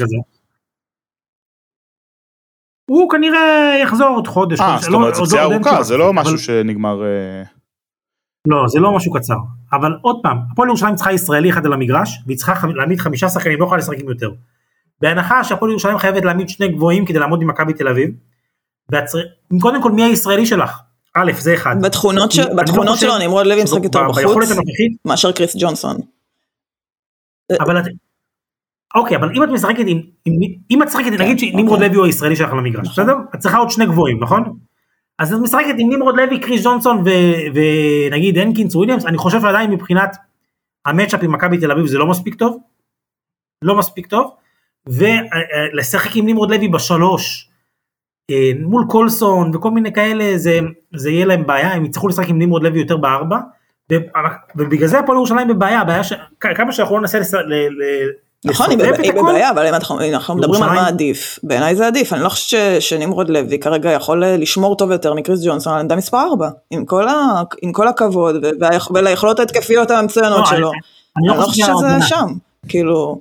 הוא כנראה יחזור עוד חודש. אה, זאת אומרת, זה פציעה ארוכה, זה לא משהו שנגמר... לא, זה לא משהו קצר, אבל עוד פעם, הפועל ירושלים צריכה ישראלי אחד על המגרש, והיא צריכה להעמיד חמישה שחקנים, לא יכולה לשחק עם יותר. בהנחה שהפועל ירושלים חייבת להעמיד שני גבוהים, כדי לעמוד עם מכבי תל אביב, קודם כל מי הישראלי שלך? א', זה אחד. בתכונות שלו, נמרוד לוי משחק יותר בחוץ, מאשר קריס ג'ונסון. אבל, אוקיי, אבל אם את משחקת עם, אם את משחקת, נגיד שנמרוד לוי הוא הישראלי שלך על המגרש, בסדר? את צריכה עוד שני גבוהים, נכון? אז את משחקת עם נמרוד לוי, קריס ג'ונסון ונגיד הנקינס וויליאמס, אני חושב עדיין מבחינת המאצ'אפ עם מכבי תל אביב זה לא מספיק טוב, לא מספיק טוב, ולשחק עם נמרוד לוי בשלוש, מול קולסון וכל מיני כאלה, זה, זה יהיה להם בעיה, הם יצטרכו לשחק עם נמרוד לוי יותר בארבע, ובגלל זה הפועל ירושלים בבעיה, בעיה ש... כמה שאנחנו לא ננסה לס... ל... נכון, היא בבעיה, אבל אנחנו מדברים על מה עדיף, בעיניי זה עדיף, אני לא חושבת שנמרוד לוי כרגע יכול לשמור טוב יותר מקריס ג'ונסון על עמדה מספר ארבע, עם כל הכבוד, וליכולות ההתקפיות המצוינות שלו, אני לא חושבת שזה שם, כאילו...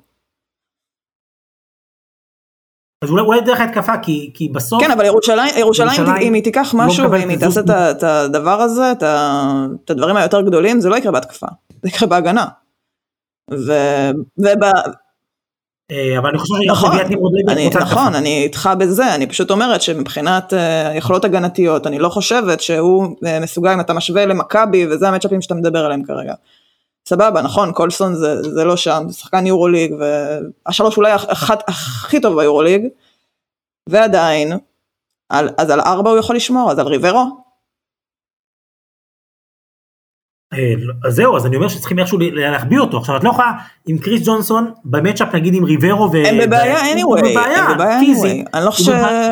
אז אולי דרך ההתקפה, כי, כי בסוף... כן, אבל ירושלים, ירושלים, אם היא תיקח משהו, ואם היא תעשה את הדבר הזה, את הדברים היותר גדולים, זה לא יקרה בהתקפה, זה יקרה בהגנה. וב... אבל אני חושב שיחוביית נמרוד לוי... נכון, אני איתך בזה, אני פשוט אומרת שמבחינת יכולות הגנתיות, אני לא חושבת שהוא מסוגל, אם אתה משווה למכבי, וזה המאצ'אפים שאתה מדבר עליהם כרגע. סבבה, נכון, קולסון זה, זה לא שם, זה שחקן יורוליג, והשלוש אולי אחת הכי טוב ביורוליג, ועדיין, על, אז על ארבע הוא יכול לשמור, אז על ריברו? אז זהו, אז אני אומר שצריכים איכשהו להחביא אותו, עכשיו את לא יכולה עם קריס ג'ונסון, במאצ'אפ נגיד עם ריברו, ו... הם בבעיה anyway, הם בבעיה anyway, אני לא חושב...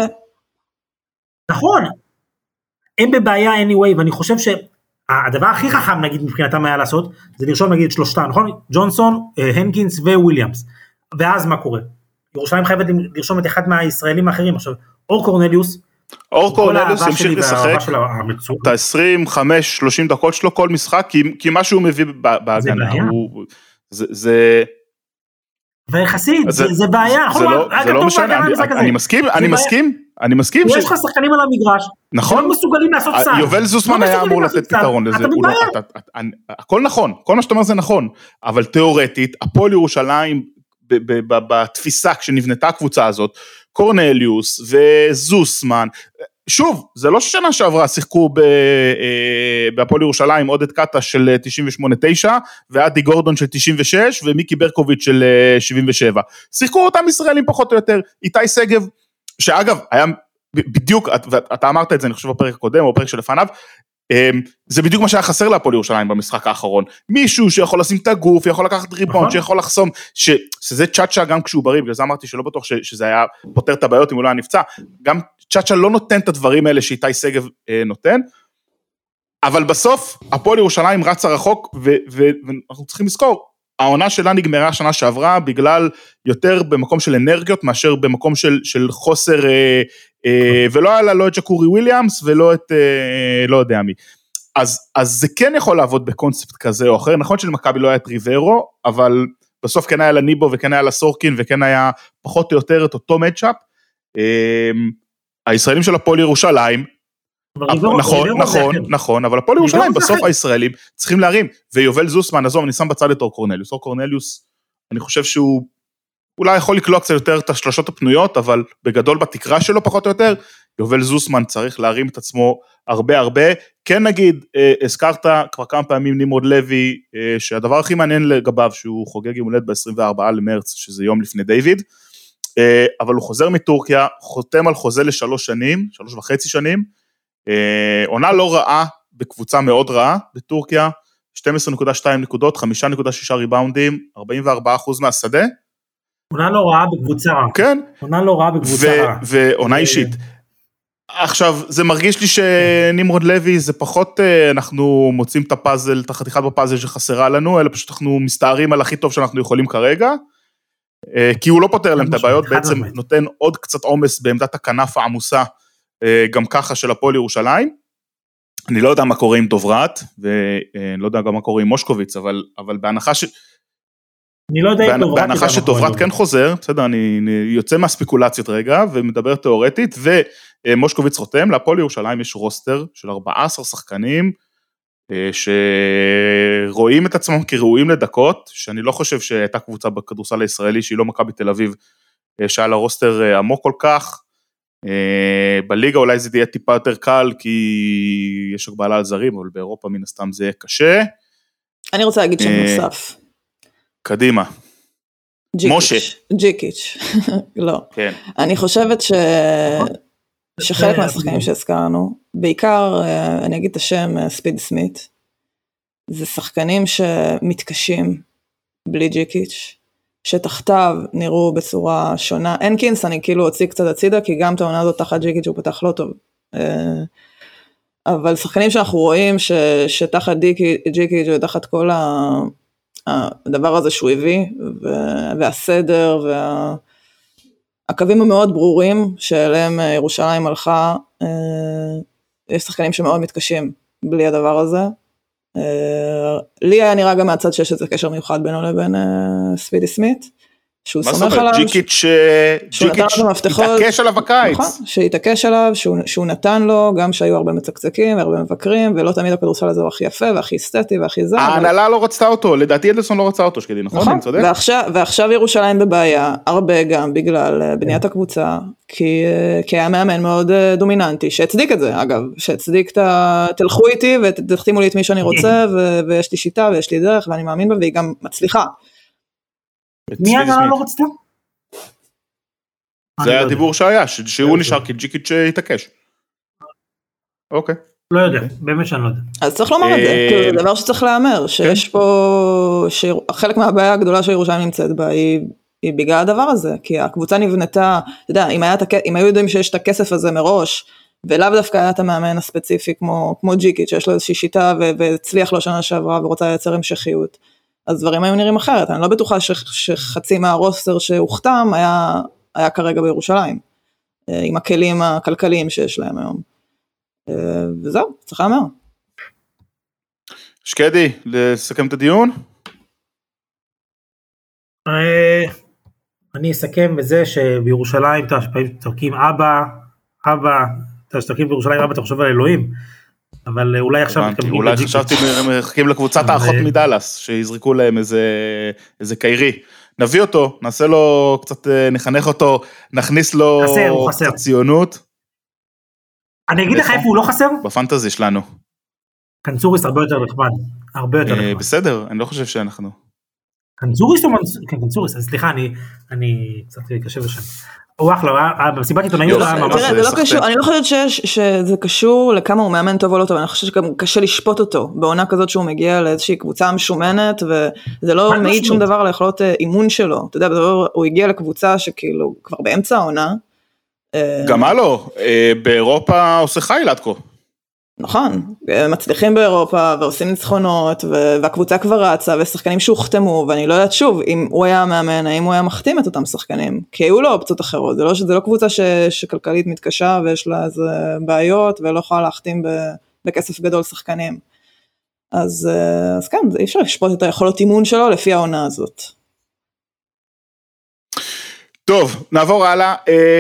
נכון, הם בבעיה anyway, ואני חושב ש... הדבר הכי חכם נגיד מבחינתם היה לעשות, זה לרשום נגיד את שלושתם, נכון? ג'ונסון, הנקינס וויליאמס, ואז מה קורה? ירושלים חייבת לרשום את אחד מהישראלים האחרים, עכשיו, אור קורנליוס, אור קורנליוס המשיך לשחק את ה-עשרים וחמש שלושים דקות שלו כל משחק, כי מה שהוא מביא בהגנה, זה... ויחסית, זה בעיה, זה לא משנה, אני מסכים, אני מסכים, אני מסכים יש לך שחקנים על המגרש, נכון, מסוגלים לעשות סל. יובל זוסמן היה אמור לתת פתרון לזה, הכל נכון, כל מה שאתה אומר זה נכון, אבל תיאורטית, הפועל ירושלים, בתפיסה כשנבנתה הקבוצה הזאת, קורנליוס וזוסמן, שוב, זה לא ששנה שעברה שיחקו בהפועל ירושלים עודד קטה של תשעים ושמונה תשע, ואדי גורדון של תשעים ושש, ומיקי ברקוביץ' של שבעים ושבע. שיחקו אותם ישראלים פחות או יותר, איתי סגב, שאגב, היה בדיוק, אתה אמרת את זה, אני חושב בפרק הקודם, או בפרק שלפניו, זה בדיוק מה שהיה חסר להפועל ירושלים במשחק האחרון, מישהו שיכול לשים את הגוף, יכול לקחת ריבון, שיכול לחסום, שזה צ'אצ'ה גם כשהוא בריא, בגלל זה אמרתי שלא בטוח שזה היה פותר את הבעיות אם הוא לא היה נפצע, גם צ'אצ'ה לא נותן את הדברים האלה שאיתי סגב נותן, אבל בסוף הפועל ירושלים רצה רחוק, ואנחנו צריכים לזכור, העונה שלה נגמרה שנה שעברה, בגלל יותר במקום של אנרגיות, מאשר במקום של, של חוסר, אה, אה, ולא היה לה לא את ג'קורי וויליאמס, ולא את, אה, לא יודע מי. אז, אז זה כן יכול לעבוד בקונספט כזה או אחר, נכון שלמכבי לא היה את ריברו, אבל בסוף כן היה לה ניבו, וכן היה לה סורקין, וכן היה פחות או יותר את אותו מצ'אפ. אה, הישראלים של הפועל ירושלים, נכון, נכון, נכון, אבל הפועל ירושלים בסוף הישראלים צריכים להרים, ויובל זוסמן, עזוב, אני שם בצד את אור קורנליוס, אור קורנליוס, אני חושב שהוא אולי יכול לקלוע קצת יותר את השלושות הפנויות, אבל בגדול בתקרה שלו פחות או יותר, יובל זוסמן צריך להרים את עצמו הרבה הרבה, כן נגיד, הזכרת כבר כמה פעמים נמרוד לוי, שהדבר הכי מעניין לגביו, שהוא חוגג יום הולדת ב-עשרים וארבעה למרץ, שזה יום לפני דיוויד, אבל הוא חוזר מטורקיה, חותם על חוזה לשלוש שנים, שלוש וחצי שנים, עונה לא רעה, בקבוצה מאוד רעה, בטורקיה, שתים עשרה נקודה שתיים נקודות, חמש נקודה שש ריבאונדים, ארבעים וארבעה אחוז מהשדה. עונה לא רעה בקבוצה רעה. כן. עונה לא רעה בקבוצה רעה. ועונה אישית. עכשיו, זה מרגיש לי שנמרוד לוי, זה פחות, אנחנו מוצאים את הפאזל, את החתיכת בפאזל שחסרה לנו, אלא פשוט אנחנו מסתערים על הכי טוב שאנחנו יכולים כרגע, כי הוא לא פותר להם את הבעיות, בעצם נותן עוד קצת עומס בעמדת הכנף העמוסה, גם ככה של הפועל ירושלים, אני לא יודע מה קורה עם דוברת, ואני לא יודע גם מה קורה עם מושקוביץ, אבל, אבל בהנחה ש... אני לא יודע אם דוברת... בהנחה שדוברת כן חוזר, בסדר, אני יוצא מהספיקולציות רגע, ומדבר תיאורטית, ומושקוביץ חותם, להפועל ירושלים יש רוסטר של ארבעה עשר שחקנים, שרואים את עצמם כראויים לדקות, שאני לא חושב שהייתה קבוצה בכדורסל הישראלי, שהיא לא מכבי תל אביב, שהיה לה רוסטר עמוק כל כך, בליגה אולי זה יהיה טיפה יותר קל, כי יש הגבלה על זרים, אבל באירופה מן הסתם זה יהיה קשה. אני רוצה להגיד שם נוסף. קדימה. משה. ג'יקיץ', לא. כן. אני חושבת ש... שחלק מהשחקנים שהזכרנו, בעיקר, אני אגיד את השם ספיד סמית, זה שחקנים שמתקשים בלי ג'יקיץ', שתחתיו נראו בצורה שונה. אנקינס, אני כאילו הוציא קצת הצידה, כי גם את העונה הזאת תחת ג'יקיץ' הוא פתח לא טוב. אבל שחקנים שאנחנו רואים, ש, שתחת ג'יקיץ' ותחת כל הדבר הזה שהוא הביא, והסדר, והקווים המאוד ברורים, שאליהם ירושלים הלכה, יש שחקנים שמאוד מתקשים בלי הדבר הזה. לי היה נראה גם מהצד שיש איזה קשר מיוחד בינו לבין ספידי סמית, שהוא סומך עליו, ג'יקיץ' התעקש עליו בקיץ, שהתעקש עליו, שהוא נתן לו, גם שהיו הרבה מצקצקים והרבה מבקרים, ולא תמיד הכדורסל הזה הוא הכי יפה והכי אסתטי והכי זה. ההנהלה לא רצתה אותו, לדעתי אדלסון לא רצה אותו, שכדי, נכון? אני צודק? ועכשיו ירושלים בבעיה, הרבה גם בגלל בניית הקבוצה, כי היה מאמן מאוד דומיננטי, שהצדיק את זה, אגב, שהצדיק את תלכו איתי ותחתימו לי את מי שאני רוצה, ויש לי שיטה ויש לי דרך, ואני מאמין בה, והיא גם מצליחה. מי ההנהלה לא רצתה? זה היה הדיבור שהיה, שהוא נשאר כי ג'יקיץ' התעקש. אוקיי. לא יודע, באמת שאני לא יודע. אז צריך לומר את זה, כי זה דבר שצריך לאמר, שיש פה, חלק מהבעיה הגדולה שירושלים נמצאת בה, היא בגלל הדבר הזה, כי הקבוצה נבנתה, אתה יודע, אם היו יודעים שיש את הכסף הזה מראש, ולאו דווקא היה את המאמן הספציפי, כמו ג'יקיץ', שיש לו איזושהי שיטה, והצליח לו שנה שעברה, ורוצה לייצר המשכיות, אז דברים היו נראים אחרת, אני לא בטוחה שחצי מהרוסטר שהוכתם היה, היה כרגע בירושלים, עם הכלים הכלכליים שיש להם היום. וזהו, צריך לאמר. שקדי, לסכם את הדיון? אני אסכם בזה שבירושלים תרקים אבא, אבא, תרקים בירושלים אבא, אתה חושב על אלוהים, אבל אולי עכשיו... אולי חשבתי מחכים לקבוצת האחות מדלס, שיזרקו להם איזה קיירי. נביא אותו, נעשה לו קצת, נחנך אותו, נכניס לו קצת ציונות. אני אגיד לך איפה הוא לא חסר? בפנטזי שלנו. קנצוריס הרבה יותר נחמד, הרבה יותר נחמד. בסדר, אני לא חושב שאנחנו. קנצוריס או מנסוריס? כן, קנצוריס, סליחה, אני קצת קשה בשם. הוא אחלה, במסיבת עיתונאים הוא היה ממש... תראה, זה לא קשור, אני לא חושבת שזה קשור לכמה הוא מאמן טוב או לא טוב, אני חושבת שגם קשה לשפוט אותו, בעונה כזאת שהוא מגיע לאיזושהי קבוצה משומנת, וזה לא מעיד שום דבר על יכולות אימון שלו, אתה יודע, הוא הגיע לקבוצה שכאילו כבר באמצע העונה. גם הלו, באירופה עושה חייל עד כה. נכון, מצליחים באירופה ועושים ניצחונות והקבוצה כבר רצה ושחקנים שהוחתמו, ואני לא יודעת שוב אם הוא היה מאמן, האם הוא היה מחתים את אותם שחקנים, כי היו לו אופציות אחרות, זה לא, זה לא קבוצה ש, שכלכלית מתקשה ויש לה איזה בעיות ולא יכולה להחתים בכסף גדול שחקנים, אז, אז כן, אי אפשר לשפוט את היכולות אימון שלו לפי העונה הזאת. טוב, נעבור הלאה,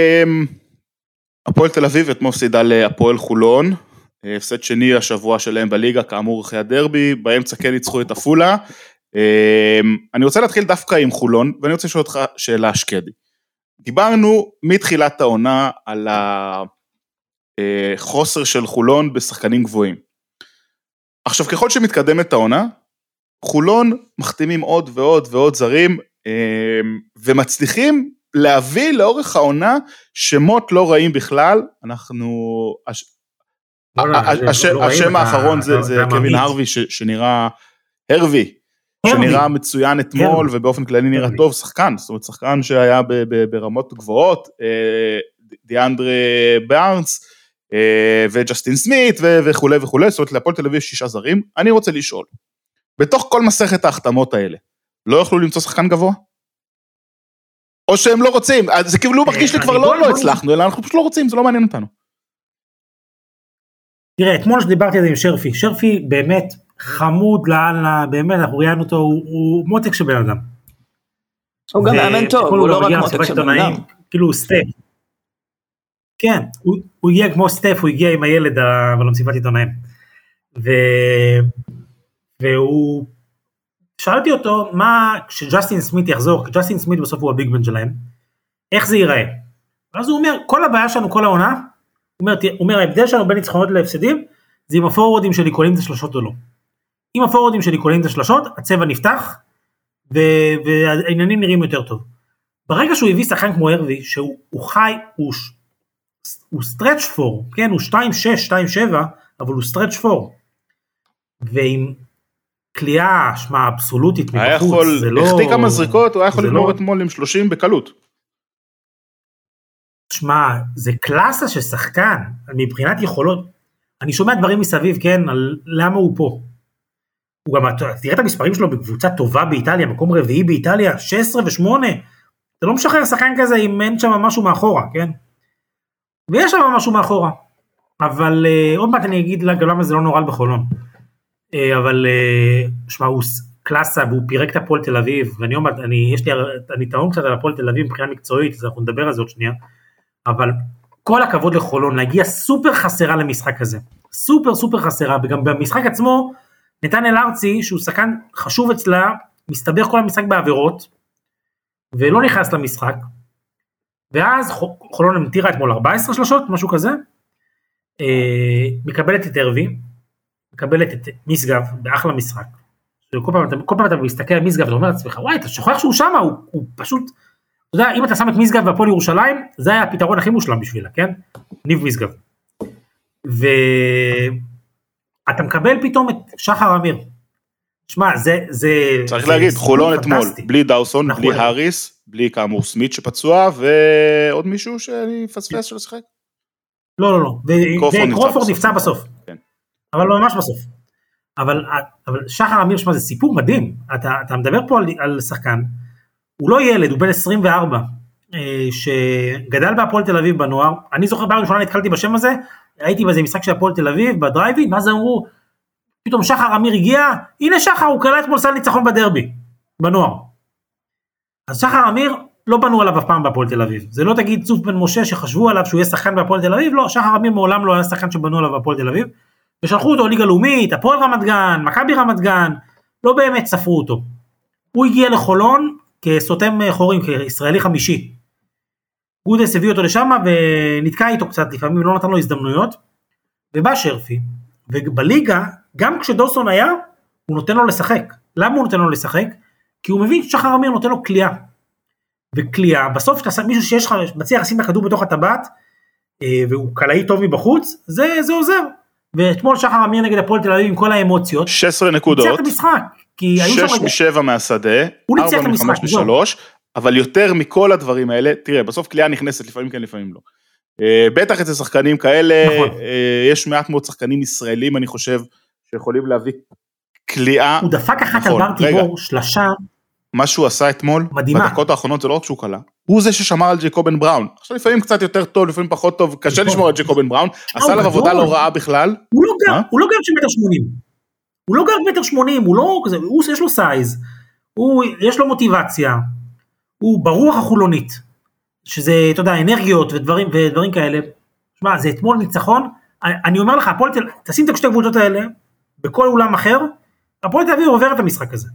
הפועל תל אביב אתמול הפסידה להפועל חולון, הפסד שני השבוע שלהם בליגה, כאמור אחרי הדרבי, באמצע כן ניצחו את עפולה. אני רוצה להתחיל דווקא עם חולון, ואני רוצה לשאול אותך שאלה שקדי. דיברנו מתחילת העונה על החוסר של חולון בשחקנים גבוהים. עכשיו, ככל שמתקדמת העונה, חולון מחתימים עוד ועוד ועוד זרים, ומצליחים להביא לאורך העונה שמות לא רעים בכלל. אנחנו... השם האחרון זה קווין הרווי שנראה, הרווי, שנראה מצוין אתמול ובאופן כללי נראה טוב, שחקן, זאת אומרת שחקן שהיה ברמות גבוהות, דיאנדרה בארנס וג'סטין סמית וכו' וכו', זאת אומרת להפועל תל אביב שישה זרים. אני רוצה לשאול, בתוך כל מסכת ההחתמות האלה, לא יוכלו למצוא שחקן גבוה? או שהם לא רוצים, זה כאילו לא מרגיש לי כבר לא לא הצלחנו, אלא אנחנו פשוט לא רוצים, זה לא מעניין אותנו. תראה, אתמול שדיברתי על זה עם שרפי, שרפי באמת חמוד לאללה, באמת, אנחנו ראיינו אותו, הוא, הוא מותק של בן אדם. הוא גם מאמן טוב, הוא לא רק מותק של בן אדם. כאילו הוא סטף. כן, הוא, הוא הגיע כמו סטף, הוא הגיע עם הילד, אבל למסיבת עיתונאים. ו... והוא... שאלתי אותו, מה, כשג'סטין סמית יחזור, כי ג'סטין סמית בסוף הוא הביג בן שלהם, איך זה ייראה? ואז הוא אומר, כל הבעיה שלנו, כל העונה, הוא אומר, הוא אומר, ההבדל שלנו בין ניצחונות להפסדים, זה אם הפורורדים שלי קולים את השלשות או לא. אם הפורורדים שלי קולים את השלשות, הצבע נפתח, והעניינים נראים יותר טוב. ברגע שהוא הביא שחקן כמו הרווי, שהוא חי, הוא, הוא סטרץ' פור, כן, הוא שתיים שש, שתיים שבע, אבל הוא סטרץ' פור. ועם קליעה, שמה, אבסולוטית מבחוץ, זה לא... החטיא כמה זריקות, הוא היה יכול לגמור אתמול עם שלושים בקלות. שמה, זה קלאסה של שחקן, מבחינת יכולות, אני שומע דברים מסביב, כן, על למה הוא פה. הוא גם, תראה את המספרים שלו בקבוצה טובה באיטליה, מקום רביעי באיטליה, שש עשרה ושמונה, אתה לא משחרר שחקן כזה אם אין שם משהו מאחורה, כן? ויש שם משהו מאחורה, אבל uh, עוד מעט אני אגיד לה, גם למה זה לא נורא בחולון, uh, אבל, uh, שמה, הוא קלאסה, והוא פירק את הפועל תל אביב, ואני אומר, אני, יש לי, אני טעון קצת על הפועל תל אביב מבחינה מקצועית, אז אנחנו נדבר על זה עוד שנייה, אבל כל הכבוד לחולון, להגיע סופר חסרה למשחק הזה, סופר סופר חסרה, וגם במשחק עצמו, נתנאל ארצי, שהוא שחקן חשוב אצלה, מסתבך כל המשחק בעבירות, ולא נכנס למשחק, ואז חולון המתירה אתמול ארבע עשרה שלשות, משהו כזה, מקבלת את הרווי, מקבלת את משגב, באחלה משחק, כל פעם, כל פעם אתה מסתכל על משגב, אתה אומר לעצמך, וואי, אתה שוכח שהוא שם, הוא, הוא פשוט, אתה יודע, אם אתה שם את משגב והפועל ירושלים, זה היה הפתרון הכי מושלם בשבילה, כן? ניב משגב. ואתה מקבל פתאום את שחר אמיר. שמע, זה... זה צריך זה להגיד, זה חולון אתמול, פנטסטי. בלי דאוסון, נכון. בלי האריס, בלי כאמור סמית שפצוע, ועוד מישהו שאני פספס של לשחק? לא, לא, לא. קרופורד נפצע וקרופורד בסוף. נפצע בסוף. כן. אבל לא ממש בסוף. אבל, אבל שחר אמיר, שמע, זה סיפור מדהים. אתה, אתה מדבר פה על, על שחקן, הוא לא ילד, הוא בן עשרים וארבע, שגדל בהפועל תל אביב בנוער. אני זוכר פעם ראשונה התחלתי בשם הזה, הייתי בזה משחק של הפועל תל אביב, בדרייבין, ואז אמרו, פתאום שחר אמיר הגיע, הנה שחר, הוא קלע אתמול סל ניצחון בדרבי, בנוער. אז שחר אמיר, לא בנו עליו אף פעם בהפועל תל אביב. זה לא תגיד צוף בן משה שחשבו עליו שהוא יהיה שחקן בהפועל תל אביב, לא, שחר אמיר מעולם לא היה שחקן שבנו עליו בהפועל תל אביב, ושלחו אותו ליגה לאומית, הפועל רמת גן, מכבי רמת גן, לא באמת ספרו אותו. הוא הגיע לחולון כסותם חורים, כישראלי חמישי. גודס הביא אותו לשם ונתקע איתו קצת לפעמים, לא נתן לו הזדמנויות, ובא שרפי, ובליגה, גם כשדורסון היה, הוא נותן לו לשחק. למה הוא נותן לו לשחק? כי הוא מבין ששחר אמיר נותן לו קליעה. וקליעה, בסוף שאתה מישהו שיש לך, מצליח לשים את הכדור בתוך הטבעת, והוא קלעי טוב מבחוץ, זה, זה עוזר. ואתמול שחר אמיר נגד הפועל תל אביב עם כל האמוציות, שש עשרה נקודות, ניצח את המשחק. שש משבע מהשדה, ארבע מחמש משלוש, אבל יותר מכל הדברים האלה, תראה, בסוף קליעה נכנסת, לפעמים כן, לפעמים לא. בטח אצל שחקנים כאלה, יש מעט מאוד שחקנים ישראלים, אני חושב, שיכולים להביא קליעה. הוא דפק אחת על בר תיבור, שלשה. מה שהוא עשה אתמול, מדהימה. בדקות האחרונות זה לא רק שהוא קלה, הוא זה ששמר על ג'קובן בראון. עכשיו לפעמים קצת יותר טוב, לפעמים פחות טוב, קשה לשמור על ג'קובן בראון, עשה עליו עבודה לא רעה בכלל. הוא לא גר של מטר שמונים. הוא לא גר מטר שמונים, הוא לא כזה, יש לו סייז, יש לו מוטיבציה, הוא ברוח החולונית, שזה, אתה יודע, אנרגיות ודברים, ודברים כאלה. שמע, זה אתמול ניצחון, אני אומר לך, הפועל תל אביב, תשים את שתי הקבוצות האלה, בכל אולם אחר, הפועל תל אביב עובר את המשחק הזה.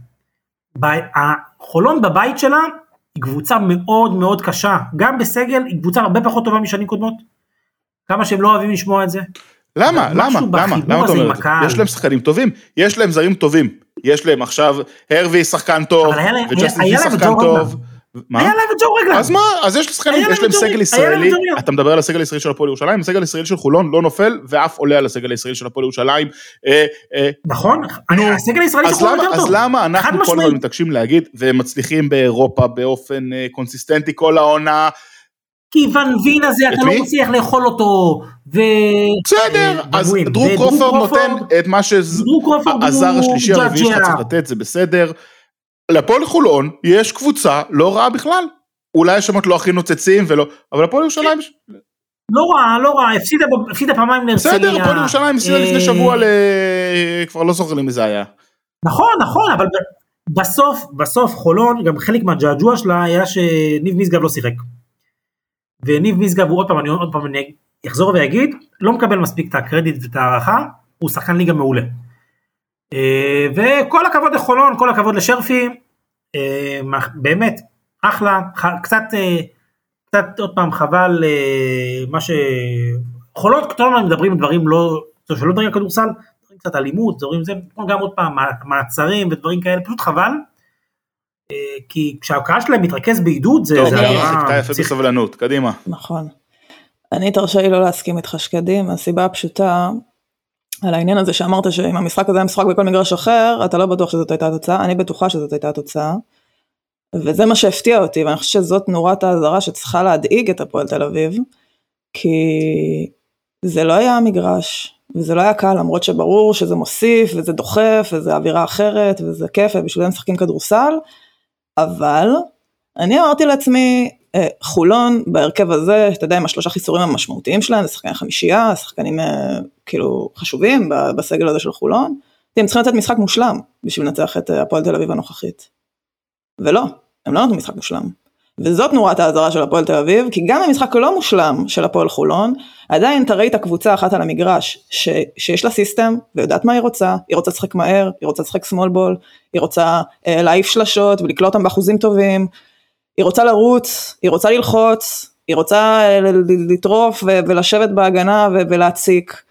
החולון בבית שלה, היא קבוצה מאוד מאוד קשה, גם בסגל, היא קבוצה הרבה פחות טובה משנים קודמות, כמה שהם לא אוהבים לשמוע את זה. למה? למה? למה? למה אתה אומר את זה? יש להם שחקנים טובים, יש להם זרים טובים, יש להם עכשיו הרבי שחקן טוב, וג'סטין שחקן טוב. היה להם את ג'ו רגלן. אז מה? אז יש לשחקנים, יש להם סגל ישראלי, אתה מדבר על הסגל הישראלי של הפועל ירושלים, הסגל הישראלי של חולון לא נופל, ואף עולה על הסגל הישראלי של הפועל ירושלים. נכון, הסגל הישראלי של חולון יותר טוב. אז למה אנחנו כל הזמן מתעקשים להגיד, והם מצליחים באירופה באופן קונסיסטנטי כל העונה, כי ון וין הזה, אתה לא מצליח לאכול אותו, בסדר, אז דרוק קרופורד נותן את מה שהזר השלישי הרביעי שלך צריך לתת, זה בסדר. לפועל חולון יש קבוצה לא רעה בכלל, אולי השמות לא הכי נוצצים ולא, אבל לפועל ירושלים לא רעה, לא רעה, הפסידה פעמיים להרצליה. בסדר, הפועל ירושלים הפסידה לפני שבוע, כבר לא זוכר לי מי זה היה. נכון, נכון, אבל בסוף, בסוף חולון, גם חלק מהג'עג'וע שלה היה שניב משגב לא שיחק. וניב משגב הוא עוד פעם, אני עוד פעם יחזור ויגיד, לא מקבל מספיק את הקרדיט ואת הערכה, הוא שחקן ליגה מעולה. וכל הכבוד לחולון, כל הכבוד לשרפי, באמת, אחלה, קצת, קצת עוד פעם חבל, מה ש... חולות קטנות מדברים דברים לא, שלא דברים על כדורסל, דברים קצת אלימות, דברים זה, גם עוד פעם מעצרים ודברים כאלה, פשוט חבל, כי כשהקהל שלהם מתרכז בעידוד, זה... טוב, חיכתה יפה בסבלנות, קדימה. נכון. אני תרשה לי לא להסכים איתך שקדים, הסיבה הפשוטה, על העניין הזה שאמרת שאם המשחק הזה היה משחק בכל מגרש אחר, אתה לא בטוח שזאת הייתה התוצאה, אני בטוחה שזאת הייתה התוצאה, וזה מה שהפתיע אותי, ואני חושבת שזאת נורת האזהרה שצריכה להדאיג את הפועל תל אביב, כי זה לא היה המגרש, וזה לא היה קל, למרות שברור שזה מוסיף, וזה דוחף, וזה אווירה אחרת, וזה כיף, ובשביל זה משחקים כדורסל, אבל אני אמרתי לעצמי, חולון בהרכב הזה, אתה יודע, עם השלושה חיסורים המשמעותיים שלהם, זה שחקני חמישייה, שחקנים כאילו חשובים בסגל הזה של חולון, הם צריכים לתת משחק מושלם, בשביל לנצח את הפועל תל אביב הנוכחית. ולא, הם לא נתנו משחק מושלם. וזאת נורת האזהרה של הפועל תל אביב, כי גם המשחק לא מושלם של הפועל חולון, עדיין תראי את הקבוצה אחת על המגרש, ש, שיש לה סיסטם, ויודעת מה היא רוצה, היא רוצה לשחק מהר, היא רוצה לשחק סמול בול, היא רוצה אה, להעיף שלשות, ולקלוע אותם באחוזים טובים, היא רוצה לרוץ, היא רוצה ללחוץ, היא רוצה לטרוף ולשבת בהגנה ולהציק,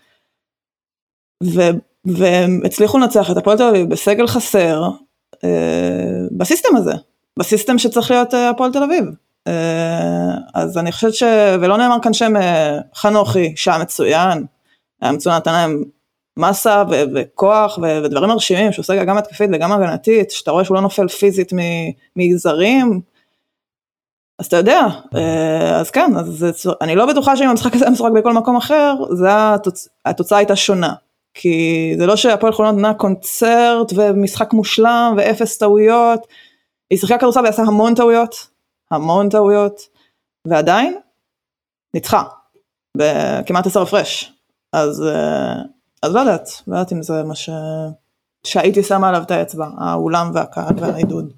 והם הצליחו לנצח את הפועל תל אביב בסגל חסר, בסיסטם הזה, בסיסטם שצריך להיות הפועל תל אביב. אז אני חושבת ש... ולא נאמר כאן שם חנוכי, שם מצוין, היה מצוין, נתן להם מסה ו- וכוח ו- ודברים מרשימים, שהוא עושה גם התקפית וגם הגנתית, שאתה רואה שהוא לא נופל פיזית מגזרים, אז אתה יודע, אז כן, אז אני לא בטוחה שאם המשחק הזה משחק בכל מקום אחר, התוצ... התוצאה הייתה שונה, כי זה לא שהפועל חולון נתנה קונצרט ומשחק מושלם ואפס טעויות, היא שיחקה כדורסל ועשה המון טעויות, המון טעויות, ועדיין ניצחה, בכמעט עשר הפרש, אז, אז לא יודעת, לא יודעת אם זה מה ש... שהייתי שמה עליו את האצבע, האולם והקהל והעידוד.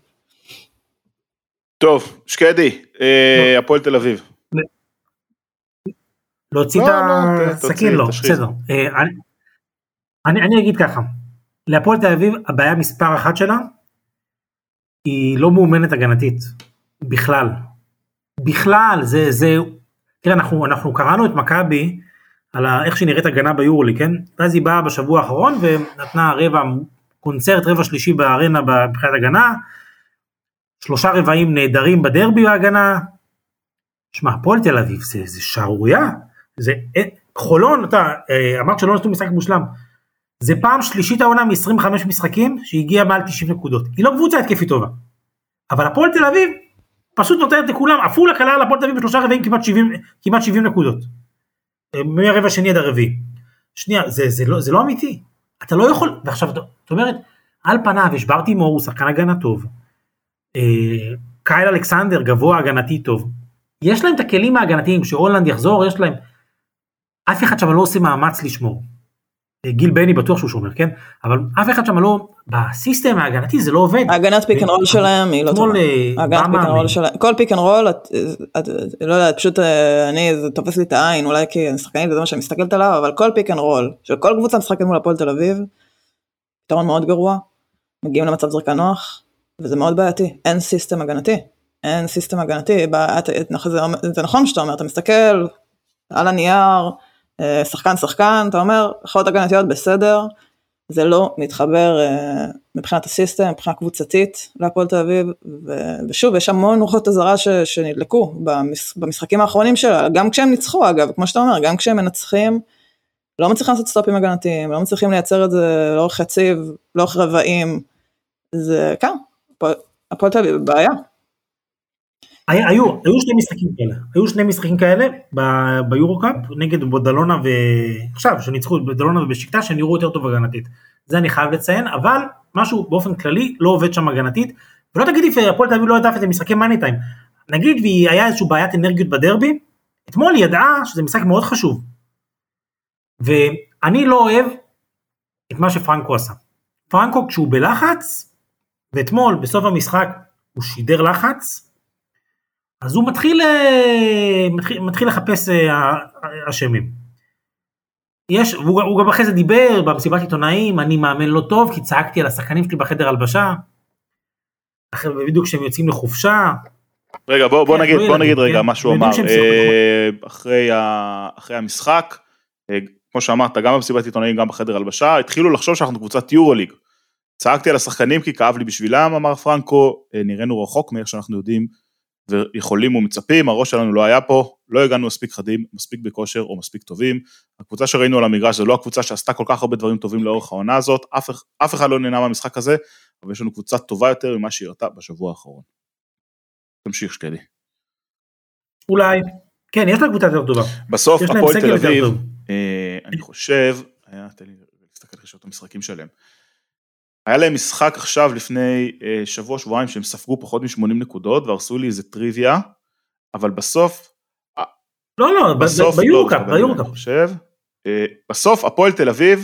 טוב, שקדי, הפועל תל אביב. להוציא את הסכין, לא, בסדר. אני אגיד ככה, להפועל תל אביב, הבעיה מספר אחת שלה, היא לא מאומנת הגנתית, בכלל. בכלל, זה, זה, תראה, אנחנו, אנחנו קראנו את מכבי, על איך שהיא נראית הגנה ביורולי, כן? ואז היא באה בשבוע האחרון, ונתנה רבע, קונצרט רבע שלישי בארנה מבחינת הגנה, שלושה רבעים נהדרים בדרבי בהגנה, שמע, הפועל תל אביב, זה, זה שערוריה, זה, חולון, אתה אמרת שלא נתנו משחק מושלם, זה פעם שלישית העונה מ-עשרים וחמישה משחקים, שהגיעה מעל תשעים נקודות, היא לא קבוצה התקפית טובה, אבל הפועל תל אביב, פשוט נותנת לכולם, עפולה קלה על הפועל תל אביב בשלושה רבעים כמעט שבעים, כמעט שבעים נקודות, מהרבע השני עד הרביעי, שנייה, זה, זה, לא, זה לא אמיתי, אתה לא יכול, ועכשיו, זאת אומרת, על פניו, יש ברטי מור, הוא שחקן הגנה טוב, קייל אלכסנדר, גבוה הגנתי טוב, יש להם את הכלים ההגנתיים, כשהולנד יחזור, יש להם, אף אחד שם לא עושה מאמץ לשמור, גיל בני בטוח שהוא שומר, כן? אבל אף אחד שם לא, בסיסטם ההגנתי זה לא עובד. ההגנת פיק אנד רול שלהם היא לא טובה. ההגנת פיק אנד רול שלהם, כל פיק אנד רול, לא יודעת, פשוט אני, זה תופס לי את העין, אולי כי אני שחקנית, זה מה שאני מסתכלת עליו, אבל כל פיק אנד רול, שכל קבוצה משחקת מול הפועל תל אביב, פתרון מאוד גרוע, מגיעים למצב זריקה נוח, וזה מאוד בעייתי, אין סיסטם הגנתי, אין סיסטם הגנתי, זה נכון שאתה אומר, אתה מסתכל על הנייר, שחקן שחקן, אתה אומר, יכולות הגנתיות בסדר, זה לא מתחבר מבחינת הסיסטם, מבחינה קבוצתית להפועל תל אביב, ושוב, יש המון רוחות הזרה שנדלקו במשחקים האחרונים שלה, גם כשהם ניצחו אגב, כמו שאתה אומר, גם כשהם מנצחים, לא מצליחים לעשות סטופים הגנתיים, לא מצליחים לייצר את זה לאורך יציב, לאורך רבעים, זה כן, הפועל תל אביב בבעיה. היו, היו שני משחקים כאלה, היו שני משחקים כאלה ביורוקאפ, נגד בודלונה ועכשיו, שניצחו בודלונה ובשקטה, שנראו יותר טוב הגנתית. זה אני חייב לציין, אבל משהו באופן כללי לא עובד שם הגנתית, ולא תגידי, הפועל תל אביב לא ידע את המשחקי מאני טיים. נגיד, והיה איזושהי בעיית אנרגיות בדרבי, אתמול היא ידעה שזה משחק מאוד חשוב. ואני לא אוהב את מה שפרנקו עשה. פרנקו כשהוא בלחץ, ואתמול בסוף המשחק הוא שידר לחץ, אז הוא מתחיל, מתחיל, מתחיל לחפש אשמים. יש, הוא, הוא גם אחרי זה דיבר במסיבת עיתונאים, אני מאמן לא טוב, כי צעקתי על השחקנים שלי בחדר הלבשה, אחרי בדיוק כשהם יוצאים לחופשה. רגע, בוא, בוא נגיד, בוא נגיד רגע מה שהוא אמר, אחרי, אחרי המשחק, כמו שאמרת, גם במסיבת עיתונאים, גם בחדר הלבשה, התחילו לחשוב שאנחנו קבוצת יורוליג. צעקתי על השחקנים כי כאב לי בשבילם, אמר פרנקו, נראינו רחוק מאיך שאנחנו יודעים, ויכולים ומצפים, הראש שלנו לא היה פה, לא הגענו מספיק חדים, מספיק בכושר או מספיק טובים, הקבוצה שראינו על המגרש, זו לא הקבוצה שעשתה כל כך הרבה דברים טובים לאורך העונה הזאת, אף, אף אחד לא נהנה מהמשחק הזה, אבל יש לנו קבוצה טובה יותר ממה שהיא ראתה בשבוע האחרון. תמשיך שקדי. אולי, כן, יש לה קבוצה יותר טובה. בסוף, הפועל תל אביב, אה, אני חושב, היה, תן לי להסתכל על המשחקים שלהם, היה להם משחק עכשיו לפני אה, שבוע, שבועיים, שהם ספגו פחות מ-שמונים נקודות, והרסו לי איזה טריוויה, אבל בסוף... לא, לא, בסוף, ביורוקאפ, לא, ביורוקאפ. אני חושב, אה, בסוף, הפועל תל אביב,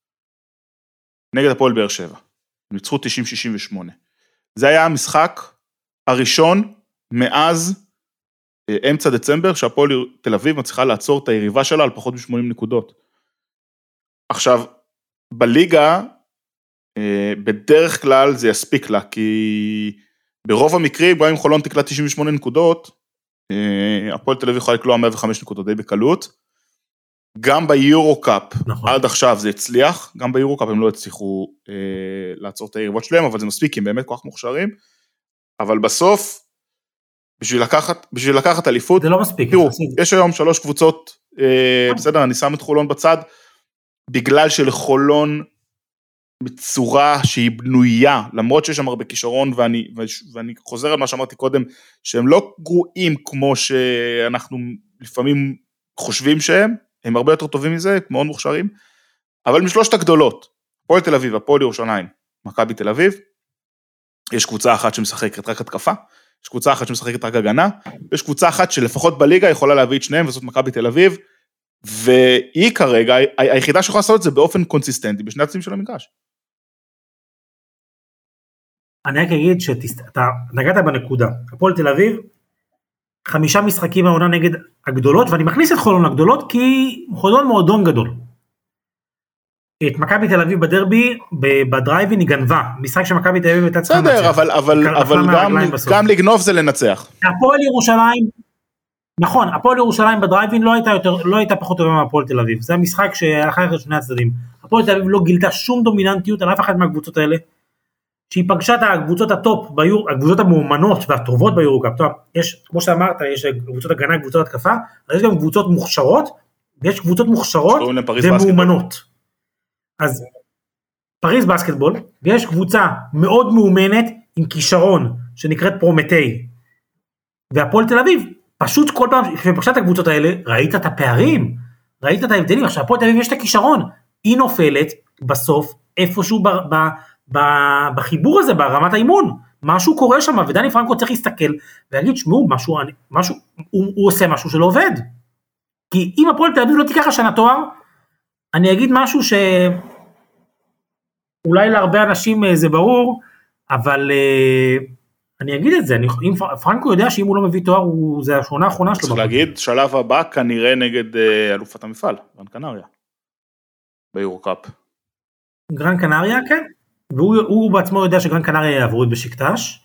נגד הפועל באר שבע. הם ניצחו תשעים שישים ושמונה. זה היה המשחק הראשון, מאז אה, אמצע דצמבר, שהפועל תל אביב מצליחה לעצור את היריבה שלה, על פחות מ-שמונים נקודות. עכשיו, בליגה, בדרך כלל זה יספיק לה, כי ברוב המקרים, גם אם חולון תקלה תשעים ושמונה נקודות, הפועל תל אביב יכולה לקלוע מאה וחמש נקודות די בקלות, גם ביורוקאפ, נכון. עד עכשיו זה הצליח, גם ביורוקאפ הם לא הצליחו אה, לעצור את היריבות שלהם, אבל זה מספיק, כי הם באמת כוח מוכשרים, אבל בסוף, בשביל לקחת, בשביל לקחת אליפות, זה לא מספיק. תראו, יש היום שלוש קבוצות, אה, בסדר, אני שם את חולון בצד, בגלל שלחולון, בצורה שהיא בנויה, למרות שיש שם הרבה כישרון, ואני, ואני חוזר על מה שאמרתי קודם, שהם לא גרועים כמו שאנחנו לפעמים חושבים שהם, הם הרבה יותר טובים מזה, מאוד מוכשרים, אבל משלושת הגדולות, הפועל תל אביב, הפועל ירושלים, מכבי תל אביב, יש קבוצה אחת שמשחקת רק התקפה, יש קבוצה אחת שמשחקת רק הגנה, ויש קבוצה אחת שלפחות בליגה יכולה להביא את שניהם, וזאת מכבי תל אביב, והיא כרגע, היחידה שיכולה לעשות את זה באופן קונסיסטנטי, בשני הצדדים של המגרש. אני רק אגיד שאתה נגעת בנקודה, הפועל תל אביב, חמישה משחקים העונה נגד הגדולות, ואני מכניס את חולון הגדולות, כי חולון מועדון גדול. את מכבי תל אביב בדרבי, בדרייבין היא גנבה, משחק שמכבי תל אביב הייתה צריכה לנצח. בסדר, אבל, אבל, אבל גם, גם לגנוב זה לנצח. הפועל ירושלים, נכון, הפועל ירושלים בדרייבין לא הייתה יותר, לא הייתה פחות טובה מהפועל תל אביב, זה המשחק שהלכה אחרי שני הצדדים, הפועל תל אביב לא גילתה שום דומיננטיות על אף אחת מהקבוצות האלה, שהיא פגשה את הקבוצות הטופ, ביור, הקבוצות המאומנות והטובות ביורוקאפ, טוב, יש, כמו שאמרת, יש קבוצות הגנה, קבוצות התקפה, אבל יש גם קבוצות מוכשרות, ויש קבוצות מוכשרות ומאומנות, אז פריז בסקטבול, ויש קבוצה מאוד מאומנת עם כישרון, שנקראת פרומטי, והפועל תל אביב, פשוט כל פעם שפגשת את הקבוצות האלה, ראית את הפערים, ראית את ההבדלים, עכשיו הפועל תל אביב יש את הכישרון, היא נופלת בסוף איפשהו ב, ב, ב, בחיבור הזה, ברמת האימון, משהו קורה שם, ודני פרנקו צריך להסתכל, ולהגיד, שמעו, משהו, משהו, הוא, הוא עושה משהו שלא עובד, כי אם הפועל תל אביב לא תיקח השנה תואר, אני אגיד משהו ש... אולי להרבה אנשים זה ברור, אבל... אני אגיד את זה, אני, אם פרנקו יודע שאם הוא לא מביא תואר, הוא, זה השעונה האחרונה שלו. צריך להגיד, שלב הבא כנראה נגד אה, אלופת המפעל, גרן קנריה, ביורוקאפ. גרן קנריה, כן, והוא הוא בעצמו יודע שגרן קנריה יעברו בשקטש,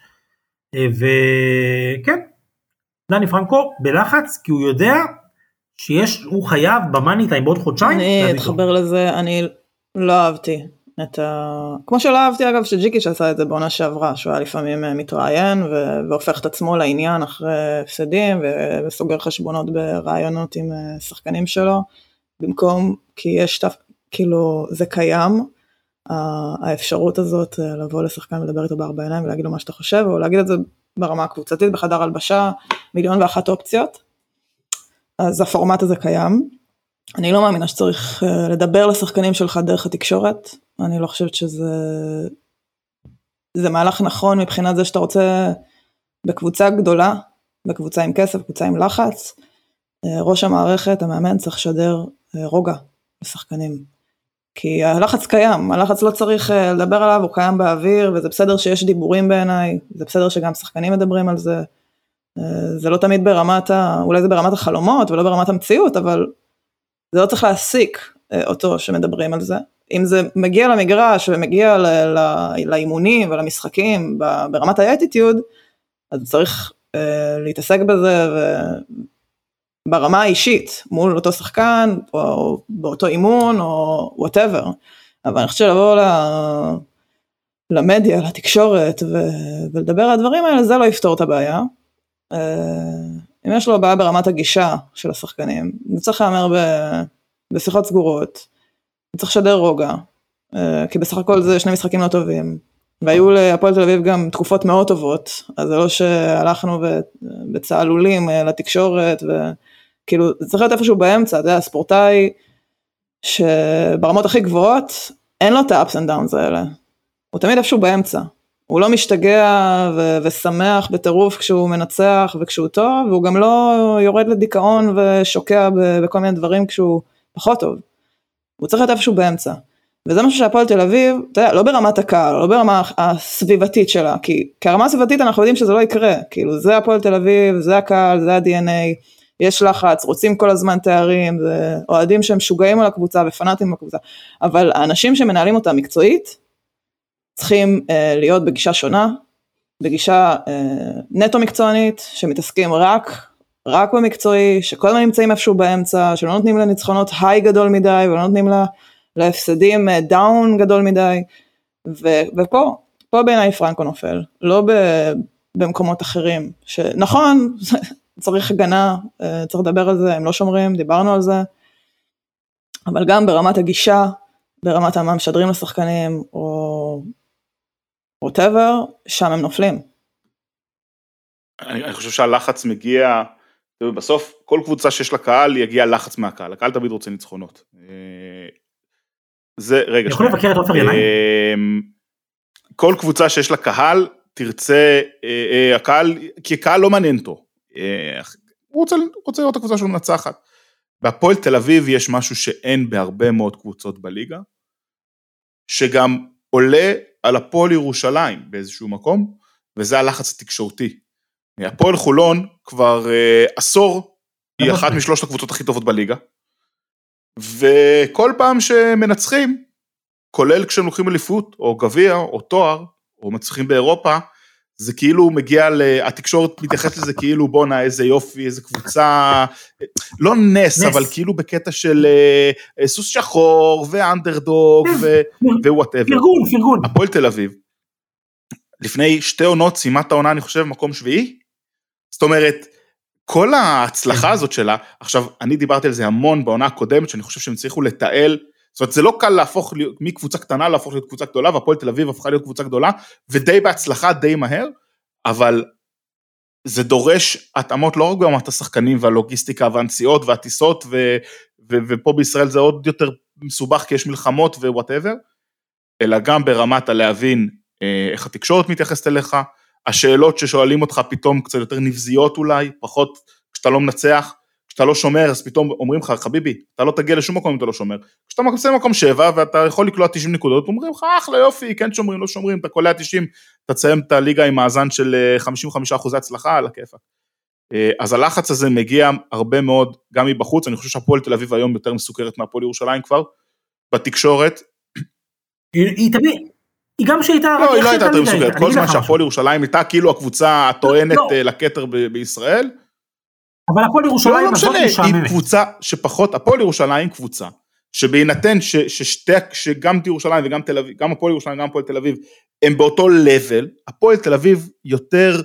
וכן, דני פרנקו בלחץ, כי הוא יודע שיש, הוא חייב במאני טיים בעוד חודשיים. אני אתחבר לזה, אני לא אהבתי. את ה... כמו שלא אהבתי אגב שג'יקיץ' עשה את זה בעונה שעברה, שהוא היה לפעמים מתראיין ו... והופך את עצמו לעניין אחרי הפסדים ו... וסוגר חשבונות ברעיונות עם שחקנים שלו, במקום כי יש תפ... כאילו זה קיים, האפשרות הזאת לבוא לשחקן ולדבר איתו בארבע עיניים ולהגיד לו מה שאתה חושב, או להגיד את זה ברמה הקבוצתית בחדר הלבשה, מיליון ואחת אופציות, אז הפורמט הזה קיים. אני לא מאמינה שצריך לדבר לשחקנים שלך דרך התקשורת, אני לא חושבת שזה זה מהלך נכון מבחינת זה שאתה רוצה בקבוצה גדולה, בקבוצה עם כסף, קבוצה עם לחץ, ראש המערכת, המאמן צריך לשדר רוגע לשחקנים, כי הלחץ קיים, הלחץ לא צריך לדבר עליו, הוא קיים באוויר, וזה בסדר שיש דיבורים בעיניי, זה בסדר שגם שחקנים מדברים על זה, זה לא תמיד ברמת, אולי זה ברמת החלומות ולא ברמת המציאות, אבל זה לא צריך להסיק אותו שמדברים על זה. אם זה מגיע למגרש ומגיע ל- ל- לאימונים ולמשחקים ברמת האטיטיוד, אז צריך אה, להתעסק בזה ברמה האישית, מול אותו שחקן, או באותו אימון, או whatever. אבל אני חושב לבוא ל- למדיה, לתקשורת, ו- ולדבר על הדברים האלה, זה לא יפתור את הבעיה. אה, אם יש לו בעיה ברמת הגישה של השחקנים, זה צריך להאמר ב- בשיחות סגורות, צריך לשדר רוגע, כי בסך הכל זה שני משחקים לא טובים, והיו להפועל תל אביב גם תקופות מאוד טובות, אז זה לא שהלכנו בצעלולים לתקשורת, וכאילו זה צריך להיות איפשהו באמצע, זה הספורטאי שברמות הכי גבוהות, אין לו את ה-ups and downs האלה, הוא תמיד איפשהו באמצע, הוא לא משתגע ו- ושמח בטירוף כשהוא מנצח וכשהוא טוב, והוא גם לא יורד לדיכאון ושוקע ב- בכל מיני דברים כשהוא פחות טוב, הוא צריך להיות איפשהו באמצע, וזה משהו שהפועל תל אביב, אתה יודע, לא ברמת הקהל, לא ברמה הסביבתית שלה, כי כרמה הסביבתית אנחנו יודעים שזה לא יקרה, כאילו זה הפועל תל אביב, זה הקהל, זה ה-די אן איי, יש לחץ, רוצים כל הזמן תארים, זה אוהדים שהם שוגעים על הקבוצה ופנאטים בקבוצה, אבל האנשים שמנהלים אותה מקצועית, צריכים אה, להיות בגישה שונה, בגישה אה, נטו מקצוענית, שמתעסקים רק, רק במקצועי, שכל הזמן נמצאים איפשהו באמצע, שלא נותנים לניצחונות היי גדול מדי, ולא נותנים לה, להפסדים דאון גדול מדי, ו- ופה, פה בעיניי פרנקו נופל, לא ב- במקומות אחרים, שנכון, צריך הגנה, צריך לדבר על זה, הם לא שומרים, דיברנו על זה, אבל גם ברמת הגישה, ברמת מה משדרים לשחקנים, או whatever, שם הם נופלים. אני, אני חושב שהלחץ מגיע, בסוף כל קבוצה שיש לה קהל, יגיע לחץ מהקהל, הקהל תמיד רוצה ניצחונות. זה, רגע, יכול לבקר את עופר ינאי? כל קבוצה שיש לה קהל, תרצה, הקהל, כי הקהל לא מעניין אותו, הוא רוצה, רוצה לראות את הקבוצה שלו מנצחת. בהפועל תל אביב יש משהו שאין בהרבה מאוד קבוצות בליגה, שגם עולה על הפועל ירושלים באיזשהו מקום, וזה הלחץ התקשורתי. הפועל חולון כבר עשור, היא אחת משלושת הקבוצות הכי טובות בליגה, וכל פעם שמנצחים, כולל כשהם לוקחים אליפות, או גביע, או תואר, או מצליחים באירופה, זה כאילו מגיע, התקשורת מתייחסת לזה כאילו בונה איזה יופי, איזה קבוצה, לא נס, אבל כאילו בקטע של סוס שחור, ואנדרדוג, ווואטאבר. פרגון, פרגון. הפועל תל אביב, לפני שתי עונות, שימת העונה, אני חושב, מקום שביעי, זאת אומרת, כל ההצלחה הזאת שלה, עכשיו, אני דיברתי על זה המון בעונה הקודמת, שאני חושב שהם צריכו לתעל, זאת אומרת, זה לא קל להפוך מקבוצה קטנה, להפוך להיות קבוצה גדולה, והפועל תל אביב הפכה להיות קבוצה גדולה, ודי בהצלחה, די מהר, אבל זה דורש התאמות לא רק ברמת השחקנים, והלוגיסטיקה, והנסיעות, והטיסות, ו- ו- ופה בישראל זה עוד יותר מסובך, כי יש מלחמות ווואטאבר, אלא גם ברמת הלהבין איך התקשורת מתייחסת אליך, השאלות ששואלים אותך פתאום קצת יותר נבזיות אולי, פחות כשאתה לא מנצח, כשאתה לא שומר, אז פתאום אומרים לך, חביבי, אתה לא תגיע לשום מקום אם אתה לא שומר, כשאתה מקום מקום שבע, ואתה יכול לקלוע תשעים נקודות, אומרים לך, אחלה יופי, כן שומרים, לא שומרים, אתה קולע תשעים, אתה תסיים את הליגה עם מאזן של חמישים וחמישה אחוזי הצלחה, על הכיפה. אז הלחץ הזה מגיע הרבה מאוד, גם מבחוץ, אני חושב שהפועל תל אביב היום יותר מסוכרת מהפועל ירושלים כבר, בתקשורת. היא תמיד, היא גם שהייתה... לא, היא לא הייתה יותר מסוכרת, כל זמן שהפועל ירושלים הייתה כאילו הקבוצה הטוענת לכתר בישראל, אבל הפועל ירושלים לא משנה, היא קבוצה שפחות, הפועל ירושלים קבוצה, שבהינתן ששתי, שגם ירושלים וגם תל אביב, גם הפועל ירושלים וגם הפועל תל אביב, הם באותו לבל, הפועל תל אביב יותר,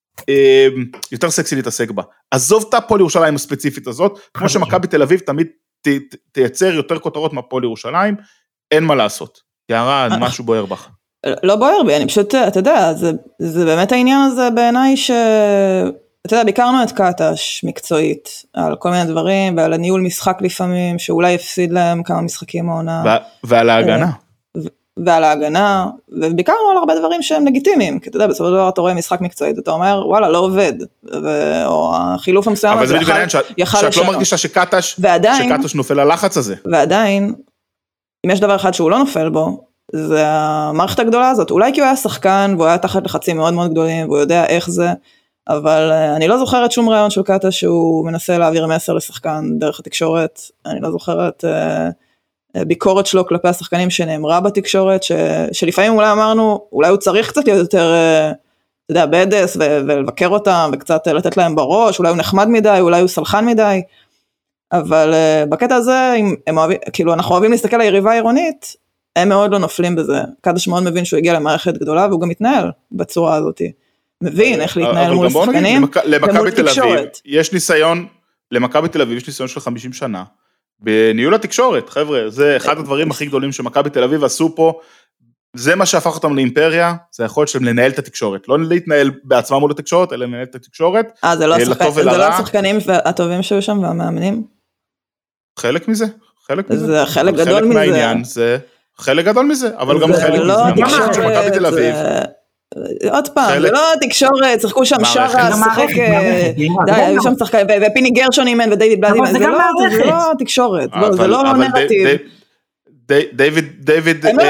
יותר סקסי להתעסק בה. עזוב את הפועל ירושלים הספציפית הזאת, כמו שמכבי תל אביב תמיד תייצר יותר כותרות מהפועל ירושלים, אין מה לעשות. יערה, משהו בוער בך. לא בוער בי, אני פשוט, אתה יודע, זה, זה באמת העניין הזה בעיניי ש... אתה יודע, ביקרנו את קטש מקצועית, על כל מיני דברים, ועל הניהול משחק לפעמים, שאולי הפסיד להם כמה משחקים העונה. ועל ההגנה. ועל ההגנה, וביקרנו על הרבה דברים שהם לגיטימיים, כי אתה יודע, בסופו של דבר אתה רואה משחק מקצועית, ואתה אומר, וואלה, לא עובד, או החילוף המסוים הזה יכל לשנות. אבל זה שאת לא מרגישה שקטש, שקטש נופל ללחץ הזה. ועדיין, אם יש דבר אחד שהוא לא נופל בו, זה המערכת הגדולה הזאת, אולי כי הוא היה שחקן, והוא היה תחת לחצים מאוד מאוד גדולים, והוא יודע איך זה, אבל אני לא זוכרת שום רעיון של קטה שהוא מנסה להעביר מסר לשחקן דרך התקשורת, אני לא זוכרת ביקורת שלו כלפי השחקנים שנאמרה בתקשורת, ש, שלפעמים אולי אמרנו, אולי הוא צריך קצת להיות יותר, אתה יודע, בדס ו, ולבקר אותם, וקצת לתת להם בראש, אולי הוא נחמד מדי, אולי הוא סלחן מדי, אבל בקטע הזה, הם אוהבים, כאילו אנחנו אוהבים להסתכל על היריבה העירונית, הם מאוד לא נופלים בזה, קטה שמאוד מבין שהוא הגיע למערכת גדולה, והוא גם מתנהל בצורה הזאת. מבין איך להתנהל מול שחקנים, למכבי תל אביב, יש ניסיון, למכבי תל אביב יש ניסיון של חמישים שנה, בניהול התקשורת, חבר'ה, זה אחד הדברים הכי גדולים שמכבי תל אביב עשו פה, זה מה שהפך אותם לאימפריה, זה יכול להיות שהם לנהל את התקשורת, לא להתנהל בעצמם מול התקשורת, אלא לנהל את התקשורת, אה, זה לא השחקנים הטובים שהיו שם והמאמנים? חלק מזה, חלק מזה. זה חלק גדול מזה. חלק מהעניין זה, חלק גדול מזה, אבל גם חלק מזה, גם שמכבי תל אביב. עוד פעם, זה לא תקשורת, צחקו שם שרה, שחק, די, היו שם שחק, ופיני גרשון אימן ודייוויד בלאדי, זה לא תקשורת, זה לא נרטיב. דיוויד, דיוויד, הם לא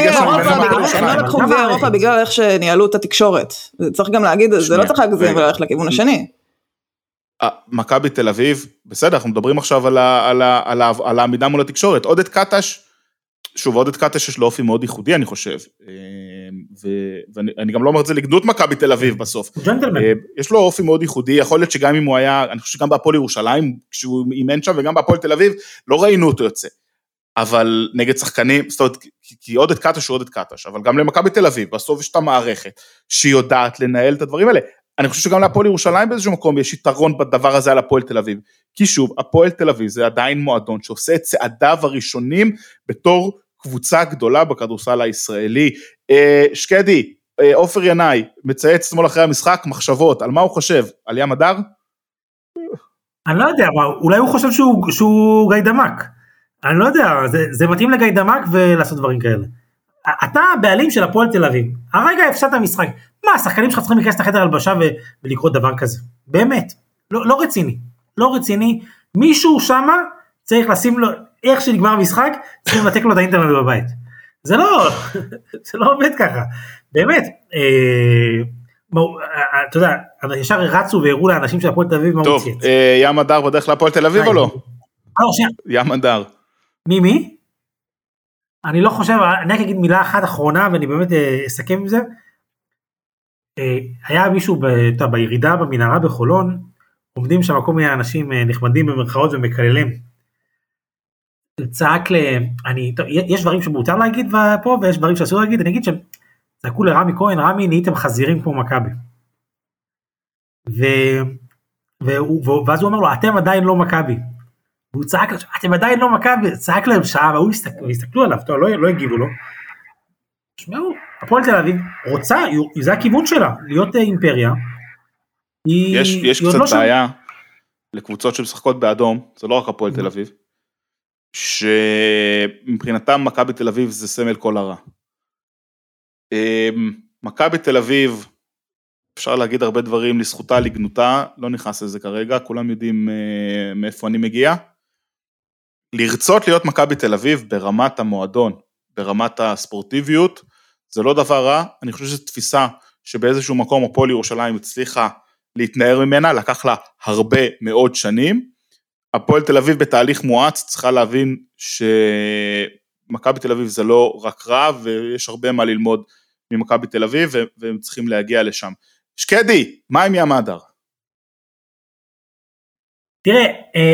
לקחו גביע אירופה בגלל איך שניהלו את התקשורת, צריך גם להגיד, זה לא צריך להגזים וללכת לכיוון השני. מכבי תל אביב, בסדר, אנחנו מדברים עכשיו על העמידה מול התקשורת, עודד קטש, שוב, עודד קטש יש לו אופי מאוד ייחודי, אני חושב, ואני גם לא אומר את זה לגדות מכבי תל אביב בסוף, יש לו אופי מאוד ייחודי, יכול להיות שגם אם הוא היה, אני חושב שגם בהפועל ירושלים, כשהוא אימן שם, וגם בהפועל תל אביב, לא ראינו אותו יוצא, אבל נגד שחקנים, זאת אומרת, כי עודד קטש הוא עודד קטש, אבל גם למכבי תל אביב, בסוף יש את המערכת, שהיא יודעת לנהל את הדברים האלה, אני חושב שגם להפועל ירושלים באיזשהו מקום, יש יתרון בדבר הזה על הפועל תל אביב, כי שוב, הפועל תל אביב זה עדיין מועדון, שעושה את צעדיו הראשונים, בתור קבוצה גדולה בכדורסל הישראלי. שקדי, עופר ינאי, מצייץ שמאל אחרי המשחק, מחשבות, על מה הוא חושב? על ים הדר? אני לא יודע, אולי הוא חושב שהוא, שהוא גיא דמק. אני לא יודע, זה, זה מתאים לגיא דמק ולעשות דברים כאלה. אתה הבעלים של הפועל תל אביב, הרגע הפסדת המשחק, מה, השחקנים שלך צריכים להיכנס לחדר הלבשה ו- ולקרוא דבר כזה? באמת, לא, לא רציני, לא רציני, מישהו שמה צריך לשים לו, איך שנגמר המשחק, צריכים לתק לו את האינטרנט בבית. זה לא, זה לא עובד ככה. באמת, אתה יודע, ישר רצו והראו לאנשים של הפועל תל אביב מה הוא ציית. טוב, ים הדר בדרך להפועל תל אביב או לא? ים הדר. מי מי? אני לא חושב, אני רק אגיד מילה אחת אחרונה, ואני באמת אסכם עם זה. היה מישהו בירידה במנהרה בחולון, עומדים שם כל מיני אנשים נחמדים במרכאות ומקללים. צעק ל... אני, יש דברים שמותר להגיד פה, ויש דברים שאסור להגיד, אני אגיד שהם צעקו לרמי כהן, רמי נהייתם חזירים כמו מכבי. ו... ו... ואז הוא אומר לו, אתם עדיין לא מכבי. והוא צעק, אתם עדיין לא מכבי, צעק להם שעה, והוא הסתכל, הסתכלו עליו, טוב, לא, לא הגיבו לו. תשמעו, הפועל תל אביב רוצה, זה הכיוון שלה, להיות אימפריה. יש, יש קצת לא בעיה לקבוצות שמשחקות באדום, זה לא רק הפועל תל אביב, שמבחינתם מכבי תל אביב זה סמל כל הרע. מכבי תל אביב, אפשר להגיד הרבה דברים לזכותה, לגנותה, לא נכנס לזה כרגע, כולם יודעים מאיפה אני מגיע. לרצות להיות מכבי תל אביב ברמת המועדון, ברמת הספורטיביות, זה לא דבר רע, אני חושב שזו תפיסה שבאיזשהו מקום הפועל ירושלים הצליחה להתנער ממנה, לקח לה הרבה מאוד שנים, הפועל תל אביב בתהליך מואץ, צריכה להבין שמכבי תל אביב זה לא רק רע, ויש הרבה מה ללמוד ממכבי תל אביב, והם צריכים להגיע לשם. שקדי, מה עם ים הדר? תראה,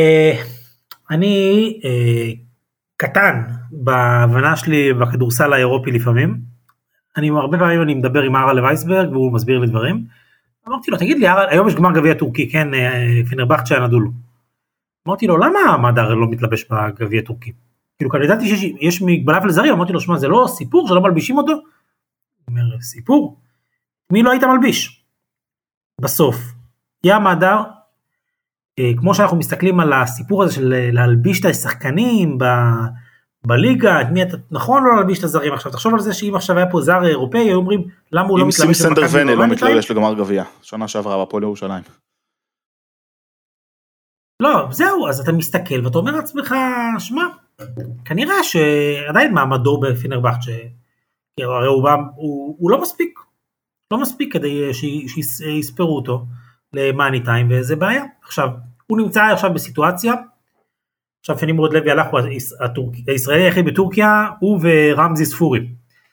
אני קטן בהבנה שלי בכדורסל האירופי לפעמים, אני הרבה פעמים אני מדבר עם ארה לווייסברג, והוא מסביר לי דברים, אמרתי לו, תגיד לי, היום יש גמר גביע טורקי, כן, פנרבחצ'ה נדולו. אמרתי לו, למה המדר לא מתלבש בגביע טורקי? כאילו, כאן ידעתי שיש מגבלה ולזרים, אמרתי לו, שמה, זה לא סיפור שלא מלבישים אותו? הוא אומר, סיפור? מי לא היית מלביש? בסוף, ים הדר, כמו שאנחנו מסתכלים על הסיפור הזה של להלביש את השחקנים ב... בליגה, נכון לא להלביש את הזרים עכשיו, תחשוב על זה שאם עכשיו היה פה זר אירופאי, היו אומרים, למה הוא לא מתלבש אם סנדר ונה לא מתלבש לגמר גביע, שנה שעברה בפועל ירושלים. לא, זהו, אז אתה מסתכל, ואתה אומר לעצמך, שמע, כנראה שעדיין מעמדו בפנרבחצ'ה, הרי הוא, הוא, הוא לא מספיק, לא מספיק כדי שיספרו אותו למאני טיים, וזה בעיה. עכשיו, הוא נמצא עכשיו בסיטואציה, עכשיו שנמרוד לוי הלך, הוא הישראלי היחיד בטורקיה, הוא ורמזי ספורי.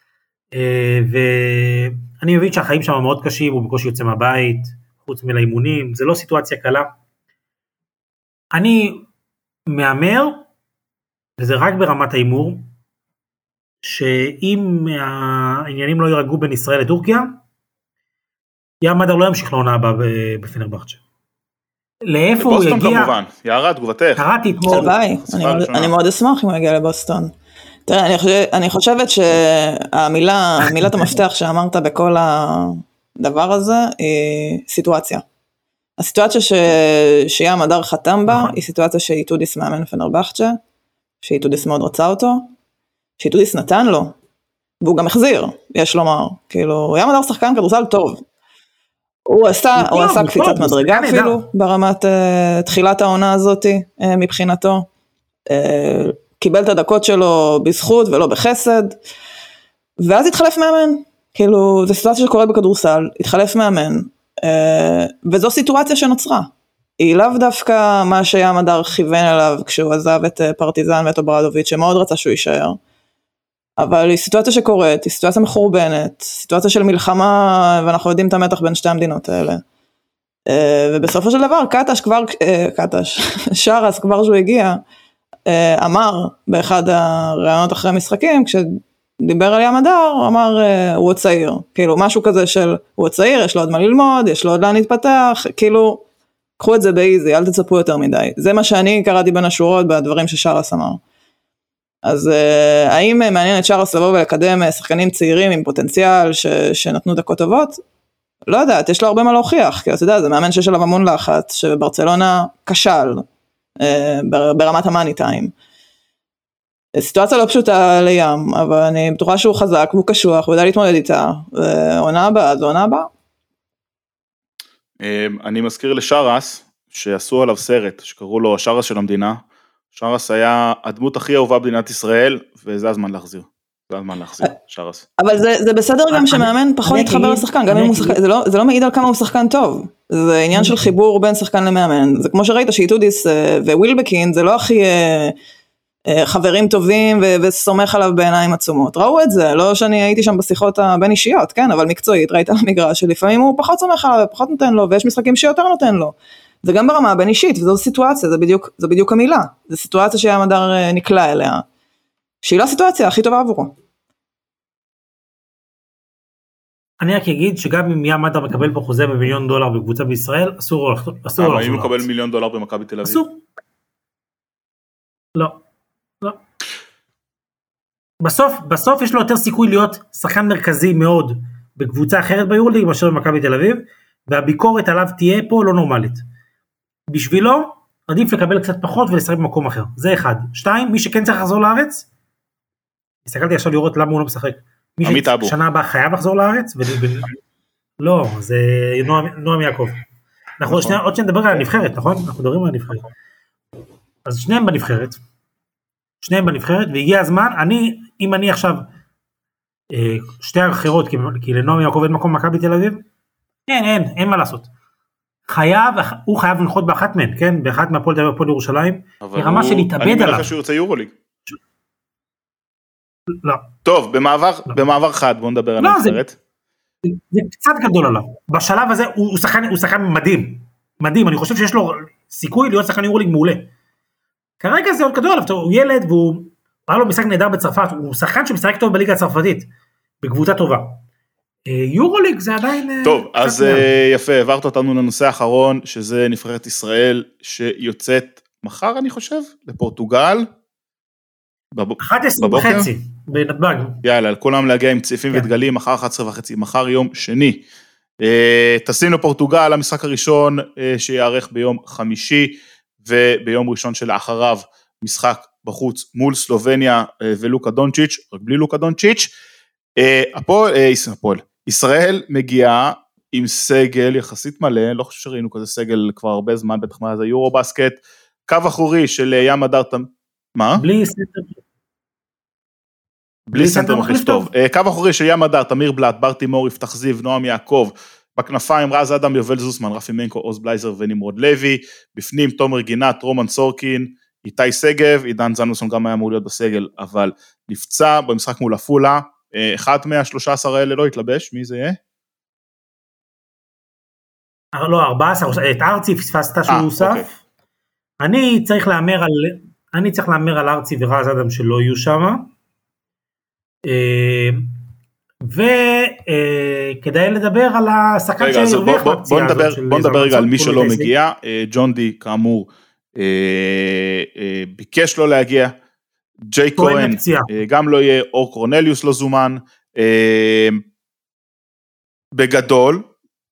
ואני מבין שהחיים שם מאוד קשים, הוא בקושי יוצא מהבית, חוץ מלאימונים, זה לא סיטואציה קלה. אני מאמר, וזה רק ברמת האימור, שאם העניינים לא ירגעו בין ישראל לטורקיה, ים הדר לא ימשיך לעונה הבאה בפנרבחצ'ה. לאיפה הוא יגיע? בבוסטון כמובן, יערה, תגובתך. קראתי אתמול. אני מאוד אשמח אם הוא יגיע לבוסטון. תראה, אני חושבת שהמילה, מילת המפתח שאמרת בכל הדבר הזה, היא סיטואציה. הסיטואציה שים הדר חתם בה, היא סיטואציה שאיתודיס מאמן פנרבחצ'ה, שאיתודיס מאוד רצה אותו, שאיתודיס נתן לו, והוא גם החזיר, יש לומר. כאילו, ים הדר שחקן כדורסל טוב. הוא עשה, הוא עשה קפיצת מדרגה אפילו, ברמת תחילת העונה הזאת, מבחינתו. קיבל את הדקות שלו בזכות ולא בחסד, ואז התחלף מאמן. כאילו, זו סיטואציה שקורית בכדורסל, התחלף מאמן, וזו סיטואציה שנוצרה. היא לאו דווקא מה שים הדר כיוון אליו, כשהוא עזב את פרטיזן ואת אוברדוביץ', שמאוד רצה שהוא יישאר. אבל היא סיטואציה שקורית, היא סיטואציה מחורבנת, סיטואציה של מלחמה, ואנחנו יודעים את המתח בין שתי המדינות האלה. ובסופו של דבר, קטש כבר, קטש, שרס כבר שהוא הגיע, אמר באחד הרעיונות אחרי משחקים, כשדיבר על ים הדר, הוא אמר, הוא עוד צעיר. כאילו, משהו כזה של, הוא עוד צעיר, יש לו עוד מה ללמוד, יש לו עוד לאן להתפתח, כאילו, קחו את זה באיזי, אל תצפו יותר מדי. זה מה שאני קראתי בין השורות, בדברים ששרס אמר. אז uh, האם מעניין את שרס לבוא ולקדם שחקנים צעירים עם פוטנציאל ש, שנתנו דקות טובות? לא יודעת, יש לו הרבה מה להוכיח, כי אתה יודע, זה מאמן שיש עליו המון לחץ, שבברצלונה כשל uh, ברמת המאני טיים. סיטואציה לא פשוטה לים, אבל אני בטוחה שהוא חזק והוא קשוח, הוא יודע להתמודד איתה, ועונה הבאה, זו עונה הבאה. אני מזכיר לשרס, שעשו עליו סרט, שקראו לו השרס של המדינה, שרס היה הדמות הכי אהובה במדינת ישראל, וזה הזמן להחזיר. זה הזמן להחזיר, שרס. אבל זה, זה בסדר גם שמאמן פחות יתחבר לשחקן, גם אם הוא שחקן, זה לא, זה לא מעיד על כמה הוא שחקן טוב. זה עניין של חיבור בין שחקן למאמן. זה כמו שראית שאיתודיס ווילבקין, זה לא הכי חברים טובים ו- וסומך עליו בעיניים עצומות. ראו את זה, לא שאני הייתי שם בשיחות הבין אישיות, כן, אבל מקצועית, ראית על המגרש שלפעמים הוא פחות סומך עליו ופחות נותן לו, ויש משחקים שיותר נותן לו. זה גם ברמה הבין אישית, וזו סיטואציה, זה בדיוק, זה בדיוק המילה. זו סיטואציה שהיה מדר נקלע אליה, שהיא לא הסיטואציה הכי טובה עבורו. אני רק אגיד שגם אם ים מדר מקבל פה חוזה במיליון דולר בקבוצה בישראל, אסור לו לחזור. אבל אם הוא מקבל מיליון דולר במכבי תל אביב? אסור. לא. לא. בסוף, בסוף יש לו יותר סיכוי להיות שחקן מרכזי מאוד בקבוצה אחרת ביורוליג מאשר במכבי תל אביב, והביקורת עליו תהיה פה לא נורמלית. בשבילו, עדיף לקבל קצת פחות ולשחק במקום אחר. זה אחד. שתיים, מי שכן צריך לחזור לארץ, הסתכלתי עכשיו לראות למה הוא לא משחק. מי ששנה הבאה חייב לחזור לארץ, לא, זה נועם יעקב. אנחנו עוד שנדבר על הנבחרת, נכון? אנחנו מדברים על הנבחרת. אז שניהם בנבחרת, שניהם בנבחרת, והגיע הזמן, אני, אם אני עכשיו, שתי האחרות, כי לנועם יעקב אין מקום מכבי תל אביב, אין, אין, אין מה לעשות. חייב, הוא חייב לנחות באחת מהן, כן? באחת מהפועל תל אביב, הפועל ירושלים, ברמה של להתאבד עליו. אני מלכה שהוא יוצא יורוליג. לא. טוב, במעבר, לא. במעבר חד, בואו נדבר על הנבחרת. זה, זה קצת גדול עליו. בשלב הזה הוא, הוא שחקן, הוא שחקן מדהים. מדהים, אני חושב שיש לו סיכוי להיות שחקן יורוליג מעולה. כרגע זה עוד גדול עליו, הוא ילד והוא, היה לו משחק נהדר בצרפת, הוא שחקן שמשחק טוב בליגה הצרפתית, בקבוצה טובה. יורוליג זה עדיין... טוב, אז יפה, העברת אותנו לנושא האחרון, שזה נבחרת ישראל, שיוצאת מחר, אני חושב, לפורטוגל. אחת עשרה וחצי, בנתב"ג. יאללה, כולם להגיע עם צעיפים ודגלים, מחר אחת עשרה וחצי, מחר יום שני. טסים לפורטוגל, המשחק הראשון שיערך ביום חמישי, וביום ראשון שלאחריו, משחק בחוץ מול סלובניה ולוקה דונצ'יץ', רק בלי לוקה דונצ'יץ'. הפועל, הפועל, ישראל מגיעה עם סגל יחסית מלא, לא חושב שראינו כזה סגל כבר הרבה זמן, בטח מאז היורו בסקט, קו אחורי של ים מדר, מה? בלי סנטר. בלי סנטר מחליף טוב. קו אחורי של ים מדר, תמיר בלט, בר תימור, יפתח זיו, נועם יעקב, בכנפיים רז אדם, יובל זוסמן, רפי מנקו, עוז בלייזר ונמרוד לוי, בפנים תומר גינת, רומן סורקין, איתי סגב, עידן זנוסון גם היה אמור להיות בסגל, אבל נפצע במשחק מול אפולה, אחד מה-שלושה עשר האלה לא התלבש, מי זה יהיה? לא, ארבעה עשר, את ארצי פספסת שהוא הוסף. אני צריך לאמר על, אני צריך לאמר על ארצי ורז אדם שלא יהיו שם, וכדאי לדבר על השחקן שהרוויח בפציעה הזאת. בוא נדבר רגע על מי שלא מגיע, ג'ון די כאמור ביקש לא להגיע, ג'יי כהן גם לא יהיה, אור קורנליוס לא זומן, בגדול,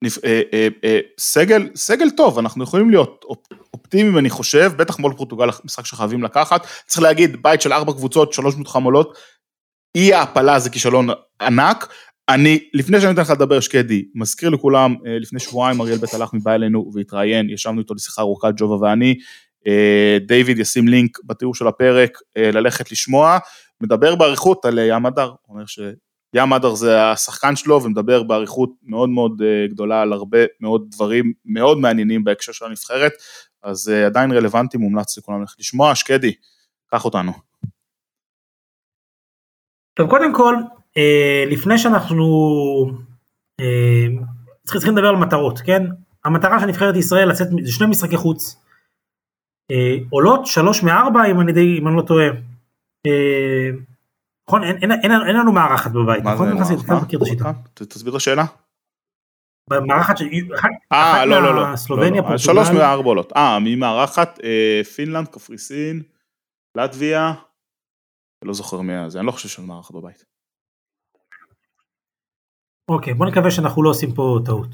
סגל, סגל טוב, אנחנו יכולים להיות אופטימיים אני חושב, בטח מול פורטוגל משחק שחייבים לקחת, צריך להגיד בית של ארבע קבוצות, שלוש מלחמות, אי ההפלה זה כישלון ענק, אני, לפני שאני אתן לך לדבר שקדי, מזכיר לכולם, לפני שבועיים אריאל בית הלך מבא אלינו והתראיין, ישבנו איתו לשיחה ארוכה ג'ובה ואני, דיוויד ישים לינק בתיאור של הפרק, ללכת לשמוע, מדבר בעריכות על ים מדר, אומר שים מדר זה השחקן שלו, ומדבר בעריכות מאוד מאוד גדולה, על הרבה מאוד דברים מאוד מעניינים בהקשר של הנבחרת, אז עדיין רלוונטי, מומלץ לכולם ללכת לשמוע, שקדי, קח אותנו. טוב, קודם כל, לפני שאנחנו צריכים לדבר על מטרות, כן? המטרה של נבחרת ישראל לצאת, זה שני משחקי חוץ, עולות שלוש מארבע, אם אני די, אם אני לא טועה. נכון, אין לנו מערכת בבית, נכון? תסביר את השאלה. במערכת של... אה, לא, לא, לא. שלוש מארבע עולות. אה, ממערכת פינלנד, קפריסין, לטביה, לא זוכר מי זה, אני לא חושב שאני מערכת בבית. אוקיי, בוא נקווה שאנחנו לא עושים פה טעות.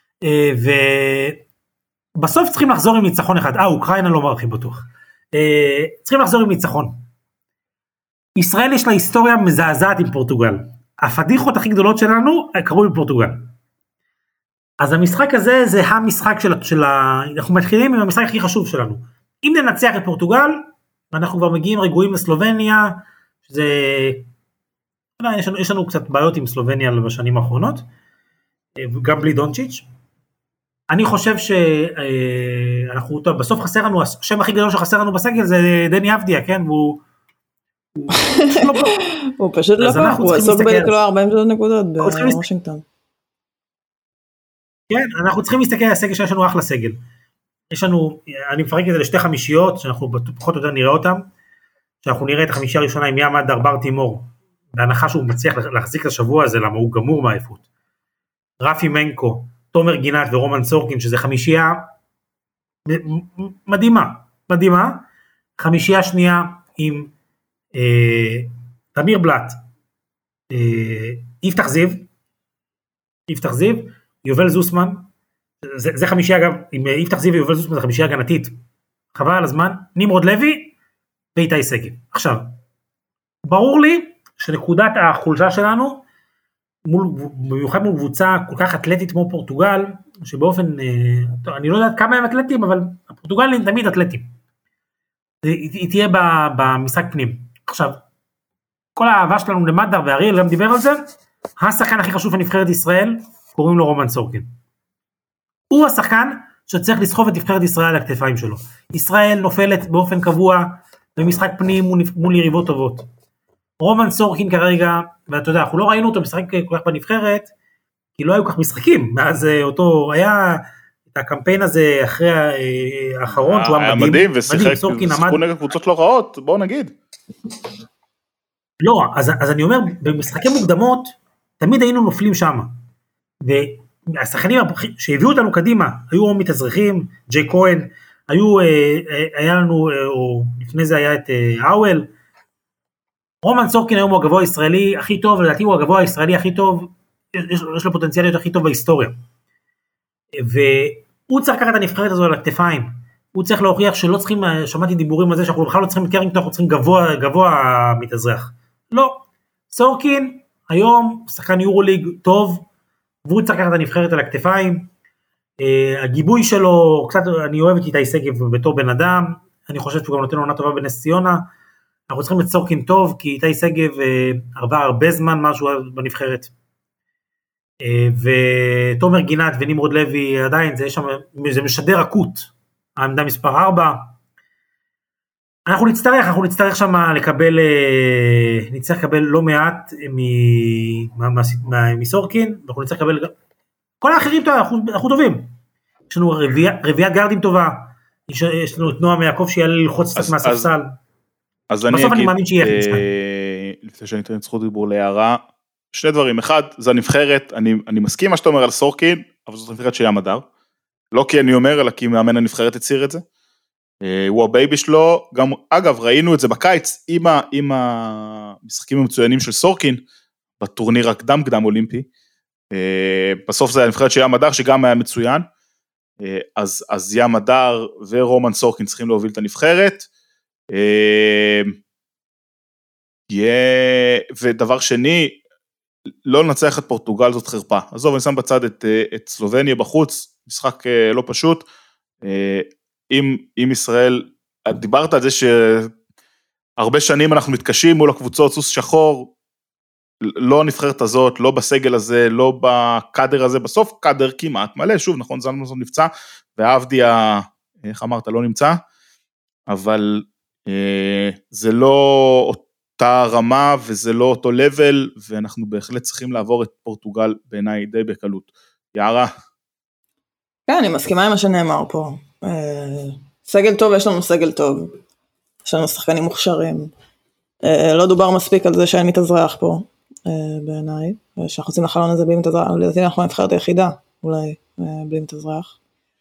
ובסוף צריכים לחזור עם ניצחון אחד. אה, אוקראינה לא מערכים בטוח. צריכים לחזור עם ניצחון. ישראל יש לה היסטוריה מזעזעת עם פורטוגל. הפדיחות הכי גדולות שלנו קרו בפורטוגל. אז המשחק הזה זה המשחק של, של ה... אנחנו מתחילים עם המשחק הכי חשוב שלנו. אם ננצח את פורטוגל, ואנחנו כבר מגיעים רגועים לסלובניה, שזה... יש לנו, יש לנו קצת בעיות עם סלובניה בשנים האחרונות, גם בלי דונצ'יץ'. אני חושב שאנחנו, טוב, בסוף חסר לנו, השם הכי גדול שחסר לנו בסגל זה דני אבדיה, כן? והוא הוא פשוט לא פה, הוא עסוק בלקלוע ארבעים נקודות בוושינגטון. כן, אנחנו צריכים להסתכל על הסגל שיש לנו אחלה סגל. יש לנו, אני מפרק את זה לשתי חמישיות, שאנחנו פחות או יותר נראה אותם, שאנחנו נראה את החמישייה הראשונה עם ים עד בר תימור, בהנחה שהוא מצליח להחזיק את השבוע הזה, למה הוא גמור מהעייפות. רפי מנקו, תומר גינת ורומן סורקין, שזה חמישייה מדהימה, מדהימה. חמישייה שנייה עם אה, תמיר בלט, אה, יפתח זיו, יפתח זיו, יובל זוסמן, זה, זה חמישייה אגב, עם יפתח זיו ויובל זוסמן, זה חמישייה הגנתית, חבל על הזמן, נמרוד לוי ואיתי שגב. עכשיו, ברור לי שנקודת החולשה שלנו, מול, במיוחד מול קבוצה כל כך אתלטית כמו פורטוגל, שבאופן, אה, אני לא יודעת כמה הם אתלטים, אבל הפורטוגלים תמיד אתלטים. היא, היא תהיה במשחק פנים. עכשיו, כל האהבה שלנו למדר ואריאל גם דיבר על זה, השחקן הכי חשוב בנבחרת ישראל, קוראים לו רומן סורקין. הוא השחקן שצריך לסחוב את נבחרת ישראל על הכתפיים שלו. ישראל נופלת באופן קבוע במשחק פנים מול יריבות טובות. רומן סורקין כרגע, ואתה יודע, אנחנו לא ראינו אותו משחק כל כך בנבחרת, כי לא היו כך משחקים, מאז אותו, היה את הקמפיין הזה אחרי האחרון, שהוא היה מדהים, ושיחקו נגד קבוצות לא רעות, בואו נגיד. לא, אז, אז אני אומר, במשחקי מוקדמות, תמיד היינו נופלים שם, והשחקנים שהביאו אותנו קדימה, היו או מתאזרחים, ג'יי כהן, היו, היה לנו, או לפני זה היה את אוול, רומן סורקין היום הוא הגבוה הישראלי הכי טוב, לדעתי הוא הגבוה הישראלי הכי טוב, יש, יש לו פוטנציאליות הכי טוב בהיסטוריה, והוא צריך לקחת את הנבחרת הזו על הכתפיים, הוא צריך להוכיח שלא צריכים, שמעתי דיבורים על זה, שאנחנו בכלל לא צריכים את קרינגטון, אנחנו צריכים גבוה, גבוה מתאזרח, לא, סורקין היום שחקן יורוליג טוב, והוא צריך לקחת את הנבחרת על הכתפיים, הגיבוי שלו, קצת אני אוהב את איתי שגב בתור בן אדם, אני חושב שהוא גם נותן עונה טובה בנס ציונה, אנחנו צריכים את סורקין טוב, כי איתי שגב הרבה הרבה זמן משהו בנבחרת, ותומר גינת ונמרוד לוי עדיין, זה, שם, זה משדר עקות, העמדה מספר ארבע, אנחנו נצטרך, אנחנו נצטרך שם לקבל, נצטרך לקבל לא מעט מסורקין, אנחנו נצטרך לקבל, כל האחרים אנחנו, אנחנו טובים, יש לנו רביעת גרדים טובה, יש, יש לנו את נועם יעקב שיעלה ללחוץ קצת מהספסל, אז אני אגיד, לפני שאני אתן זכות דיבור להערה, שני דברים, אחד, זה הנבחרת, אני, אני מסכים מה שאתה אומר על סורקין, אבל זאת נבחרת שהיה מדר, לא כי אני אומר, אלא כי מאמן הנבחרת הציר את זה, הוא הבייבי שלו, גם, אגב, ראינו את זה בקיץ, עם, ה, עם המשחקים המצוינים של סורקין, בטורניר הקדם קדם אולימפי, בסוף זה הנבחרת שהיה מדר, שגם היה מצוין, אז, אז ים מדר ורומן סורקין צריכים להוביל את הנבחרת, ודבר שני, לא לנצח את פורטוגל זאת חרפה, עזוב, אני שם בצד את, את סלובניה בחוץ, משחק לא פשוט, אם, אם ישראל, דיברת על זה שהרבה שנים אנחנו מתקשים מול הקבוצות סוס שחור, לא נבחרת הזאת, לא בסגל הזה, לא בקאדר הזה, בסוף קאדר כמעט מלא, שוב, נכון, זלמנסון נפצע, ועבדיה, איך אמרת, לא נמצא, אבל אה, זה לא אותה רמה, וזה לא אותו לבל, ואנחנו בהחלט צריכים לעבור את פורטוגל בעיניי די בקלות. יערה? כן, אני מסכימה עם מה שנאמר פה. סגל טוב, יש לנו סגל טוב. יש לנו שחקנים מוכשרים. לא דובר מספיק על זה שאין מתאזרח פה, בעיניי. שאנחנו רוצים לחלון הזה בלי מתאזרח. לדעתי אנחנו נבחרת היחידה, אולי, בלי מתאזרח.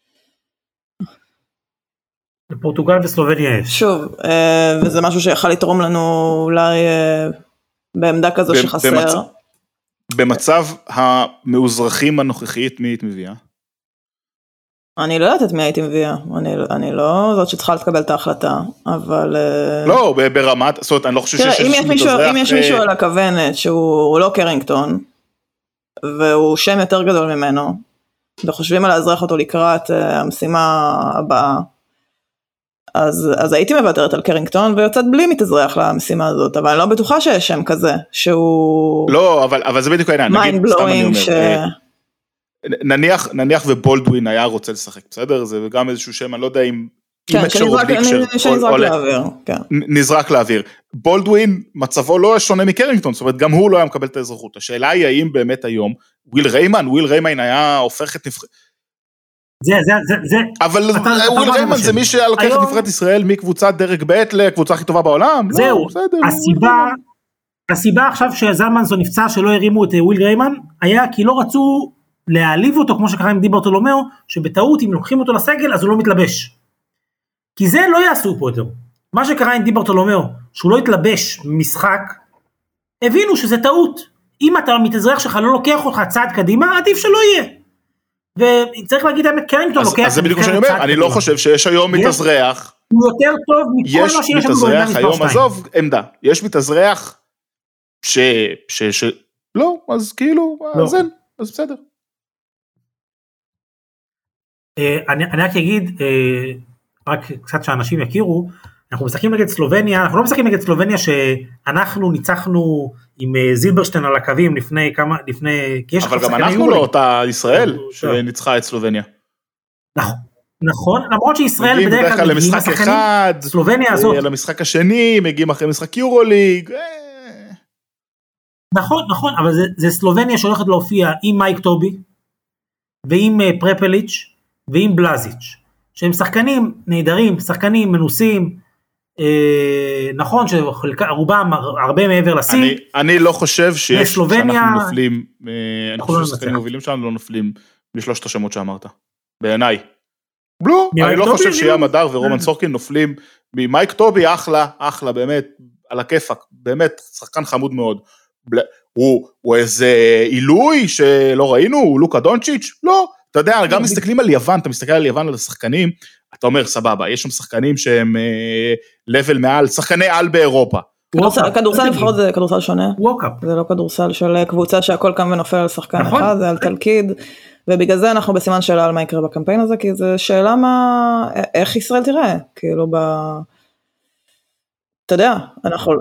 בפורטוגל וסלובניה יש. שוב, וזה משהו שיכל לתרום לנו אולי בעמדה כזו שחסר. במצב המאוזרחים הנוכחית, מי היית מביאה? אני לא יודעת את מי הייתי מביאה, אני, אני לא זאת שצריכה לקבל את ההחלטה, אבל... לא, ברמת, זאת אומרת, אני לא חושב שיש... תראה, אם יש מישהו, אם יש מישהו על הכוונת שהוא לא קרינגטון, והוא שם יותר גדול ממנו, וחושבים על להזרח אותו לקראת המשימה הבאה, אז, אז הייתי מוותרת על קרינגטון, ויוצאת בלי מתאזרח למשימה הזאת, אבל אני לא בטוחה שיש שם כזה, שהוא... לא, אבל, אבל זה בדיוק העניין, נגיד, סתם אני אומר... ש... נניח, נניח ובולדווין היה רוצה לשחק, בסדר? זה גם איזשהו שם, אני לא יודע אם כן, שנזרק לאוויר. נזרק לאוויר. בולדווין, מצבו לא שונה מקרינגטון, זאת אומרת, גם הוא לא היה מקבל את האזרחות. השאלה היא, האם באמת היום, וויל ריימן, וויל ריימן היה הופך את נבחרת... זה, זה, זה, זה. אבל וויל ריימן זה מי שהיה לוקח את נבחרת ישראל מקבוצת דרג ב' לקבוצה הכי טובה בעולם. זהו, הסיבה, הסיבה עכשיו שזלמנסון נפצע שלא הרימו את וויל ריימן, היה כי לא רצו להעליב אותו, כמו שקרה עם די ברטולומיאו, שבטעות אם לוקחים אותו לסגל, אז הוא לא מתלבש. כי זה לא יעשו פה יותר. מה שקרה עם די ברטולומיאו, שהוא לא התלבש משחק, הבינו שזה טעות. אם אתה מתאזרח שלך לא לוקח אותך צעד קדימה, עדיף שלא יהיה. וצריך להגיד האמת, קרינגטון לוקח... אז זה בדיוק שאני אומר, אני לא חושב שיש היום מתאזרח. הוא יותר טוב מכל מה שיש לנו בעמדה מספר היום, עזוב עמדה. יש מתאזרח ש... לא, אז כאילו, אז אין, אז בסדר. אני רק אגיד, רק קצת שאנשים יכירו, אנחנו משחקים נגד סלובניה, אנחנו לא משחקים נגד סלובניה שאנחנו ניצחנו עם זילברשטיין על הקווים לפני כמה, לפני... אבל גם אנחנו לא אותה ישראל שניצחה את סלובניה. נכון, למרות שישראל בדרך כלל מגיעים למשחק אחד, סלובניה הזאת. למשחק השני, מגיעים אחרי משחק יורוליג. נכון, נכון, אבל זה סלובניה שהולכת להופיע עם מייק טובי, ועם פרפליץ', ועם בלזיץ', שהם שחקנים נהדרים, שחקנים מנוסים, אה, נכון שרובם הרבה מעבר לסי. אני, אני לא חושב שיש, שאנחנו נופלים, אה, אני חושב ששחקנים מובילים שלנו לא נופלים בשלושת השמות שאמרת, בעיניי. לא, אני לא חושב שיהיה מדר ורומן סורקין נופלים, ממייק טובי אחלה, אחלה, באמת, על הכיפק, באמת, שחקן חמוד מאוד. הוא, הוא איזה עילוי שלא ראינו, הוא לוקה דונצ'יץ', לא, אתה יודע, גם מסתכלים על יוון, אתה מסתכל על יוון על השחקנים, אתה אומר, סבבה, יש שם שחקנים שהם לבל מעל, שחקני על באירופה. כדורסל לפחות זה כדורסל שונה, זה לא כדורסל של קבוצה שהכל קם ונופל על שחקן אחד, זה על תלכיד, ובגלל זה אנחנו בסימן שאלה על מה יקרה בקמפיין הזה, כי זה שאלה מה, איך ישראל תראה, כאילו ב... אתה יודע, אנחנו...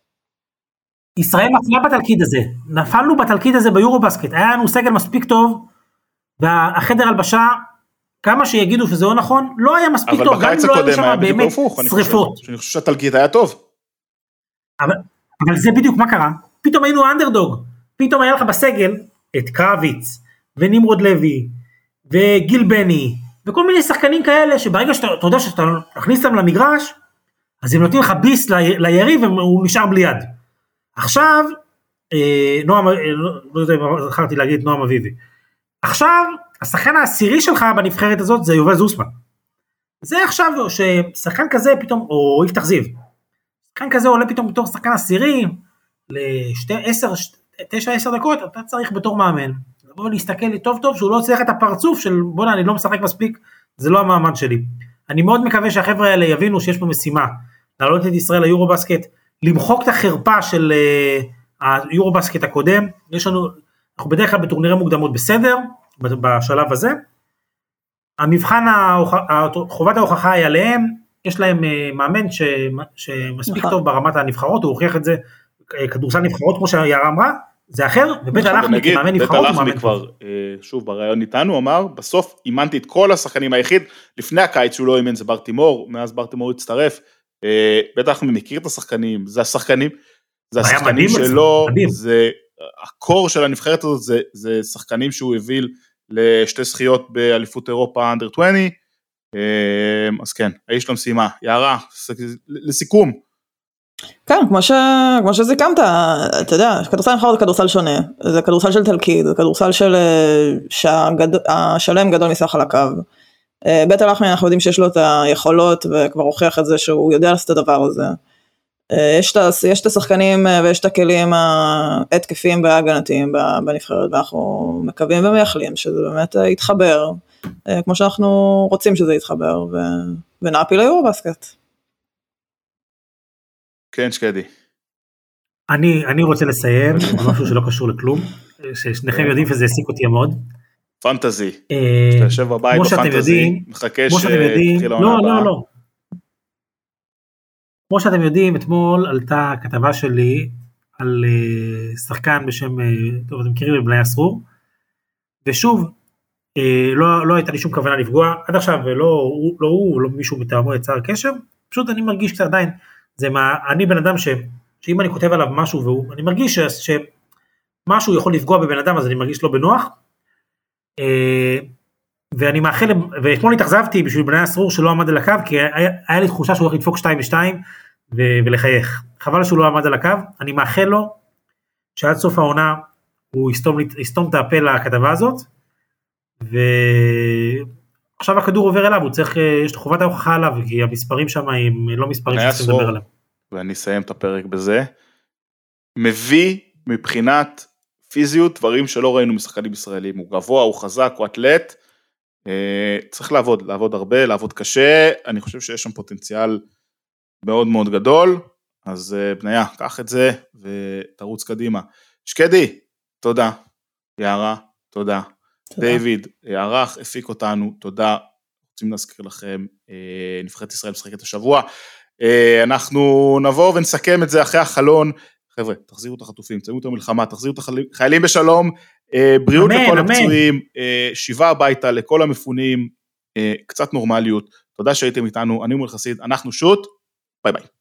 ישראל נפלה בתלכיד הזה, נפלנו בתלכיד הזה ביורובסקט, היה לנו סגל מספיק טוב, והחדר הלבשה, כמה שיגידו שזה לא נכון, לא היה מספיק טוב, גם אם לא היו שם באמת שריפות. אני חושב שהתלכיד היה טוב. אבל, אבל זה בדיוק מה קרה, פתאום היינו אנדרדוג, פתאום היה לך בסגל את קרביץ, ונמרוד לוי, וגיל בני, וכל מיני שחקנים כאלה, שברגע שאתה, אתה יודע שאתה מכניס אותם למגרש, אז הם נותנים לך ביס ליריב, והוא נשאר בלי יד. עכשיו, אה, נועם, לא יודע אם זכרתי להגיד נועם אביבי, עכשיו, השחקן העשירי שלך בנבחרת הזאת, זה יובל זוסמן. זה עכשיו, ששחקן כזה פתאום, או יפתח זיו, שחקן כזה עולה פתאום בתור שחקן עשירי, לשתי, עשר, תשע, עשר דקות, אתה צריך בתור מאמן, לבוא להסתכל לי טוב טוב, שהוא לא צריך את הפרצוף של, בוא נה, אני לא משחק מספיק, זה לא המעמד שלי. אני מאוד מקווה שהחבר'ה האלה יבינו שיש פה משימה, לעלות את ישראל ליורובסקט, למחוק את החרפה של היורובסקט הקודם, יש לנו, אנחנו בדרך כלל בטורנירי מוקדמות בסדר, בשלב הזה, המבחן, חובת ההוכחה היא עליהם, יש להם מאמן שמספיק טוב ברמת הנבחרות, הוא הוכיח את זה, כדורסל נבחרות כמו שיערה אמרה, זה אחר, ובית הלחמי כמאמן נבחרות הוא מאמן כבר, שוב ברעיון איתנו, אמר, בסוף אימנתי את כל השחקנים היחיד, לפני הקיץ שהוא לא אימן זה בר תימור, מאז בר תימור הצטרף, בית הלחמי מכיר את השחקנים, זה השחקנים, זה השחקנים שלו, זה הקור של הנבחרת הזאת, זה, זה שחקנים שהוא הביל לשתי זכיות באליפות אירופה אנדר עשרים, אז כן, האיש למשימה, יערה, לסיכום. כן, כמו, ש... כמו שזיקמת, אתה יודע, כדורסל נבחרות זה כדורסל שונה, זה כדורסל של תלכיד, זה כדורסל של... שהשלם גדול מסך על הקו. בית הלחמי אנחנו יודעים שיש לו את היכולות, וכבר הוכיח את זה שהוא יודע לעשות את הדבר הזה. יש את, יש את השחקנים ויש את הכלים ההתקפיים וההגנתיים בנבחרת, ואנחנו מקווים ומייחלים שזה באמת יתחבר, כמו שאנחנו רוצים שזה יתחבר, ו... ונעפיל ליורובסקט. כן, שקדי. אני, אני רוצה לסיים, משהו שלא קשור לכלום, ששניכם יודעים שזה העסיק אותי מאוד. פנטזי. שאתה יושב בבית בפנטזי, מחכה שתתחיל העונה הבאה. לא, לא, לא. כמו שאתם יודעים, אתמול עלתה כתבה שלי על uh, שחקן בשם, uh, טוב, אתם מכירים בבני אסרור, ושוב, לא, לא הייתה לי שום כוונה לפגוע, עד עכשיו, ולא הוא, לא הוא, לא מישהו מטעמו יצר קשר, פשוט אני מרגיש קצת עדיין, זה מה, אני בן אדם ש, שאם אני כותב עליו משהו, והוא, אני מרגיש ש, שמשהו יכול לפגוע בבן אדם, אז אני מרגיש לא בנוח, ואני מאחל, ואתמול התאכזבתי בשביל בני הסרור שלא עמד על הקו, כי היה, היה לי תחושה שהוא הולך לדפוק שתיים ושתיים, ולחייך, חבל שהוא לא עמד על הקו, אני מאחל לו, שעד סוף העונה, הוא יסתום, יסתום את הפה לכתבה הזאת, ועכשיו הכדור עובר אליו, הוא צריך, יש לו חובת ההוכחה עליו, כי המספרים שם הם לא מספרים שצריכים לדבר עליהם. ואני אסיים את הפרק בזה, מביא מבחינת פיזיות, דברים שלא ראינו משחקנים ישראלים, הוא גבוה, הוא חזק, הוא אתלט, צריך לעבוד, לעבוד הרבה, לעבוד קשה, אני חושב שיש שם פוטנציאל מאוד מאוד גדול, אז בניה, קח את זה, ותרוץ קדימה. שקדי, תודה, יערה, תודה. דיוויד, ערך, הפיק אותנו, תודה, רוצים להזכיר לכם, נבחרת ישראל משחקת השבוע, אנחנו נבוא ונסכם את זה אחרי החלון, חבר'ה, תחזירו את החטופים, תסיימו את המלחמה, תחזירו את החיילים בשלום, בריאות לכל הפצועים, שיבה הביתה לכל המפונים, קצת נורמליות, תודה שהייתם איתנו, אני אומר חסיד, אנחנו שוט, ביי ביי.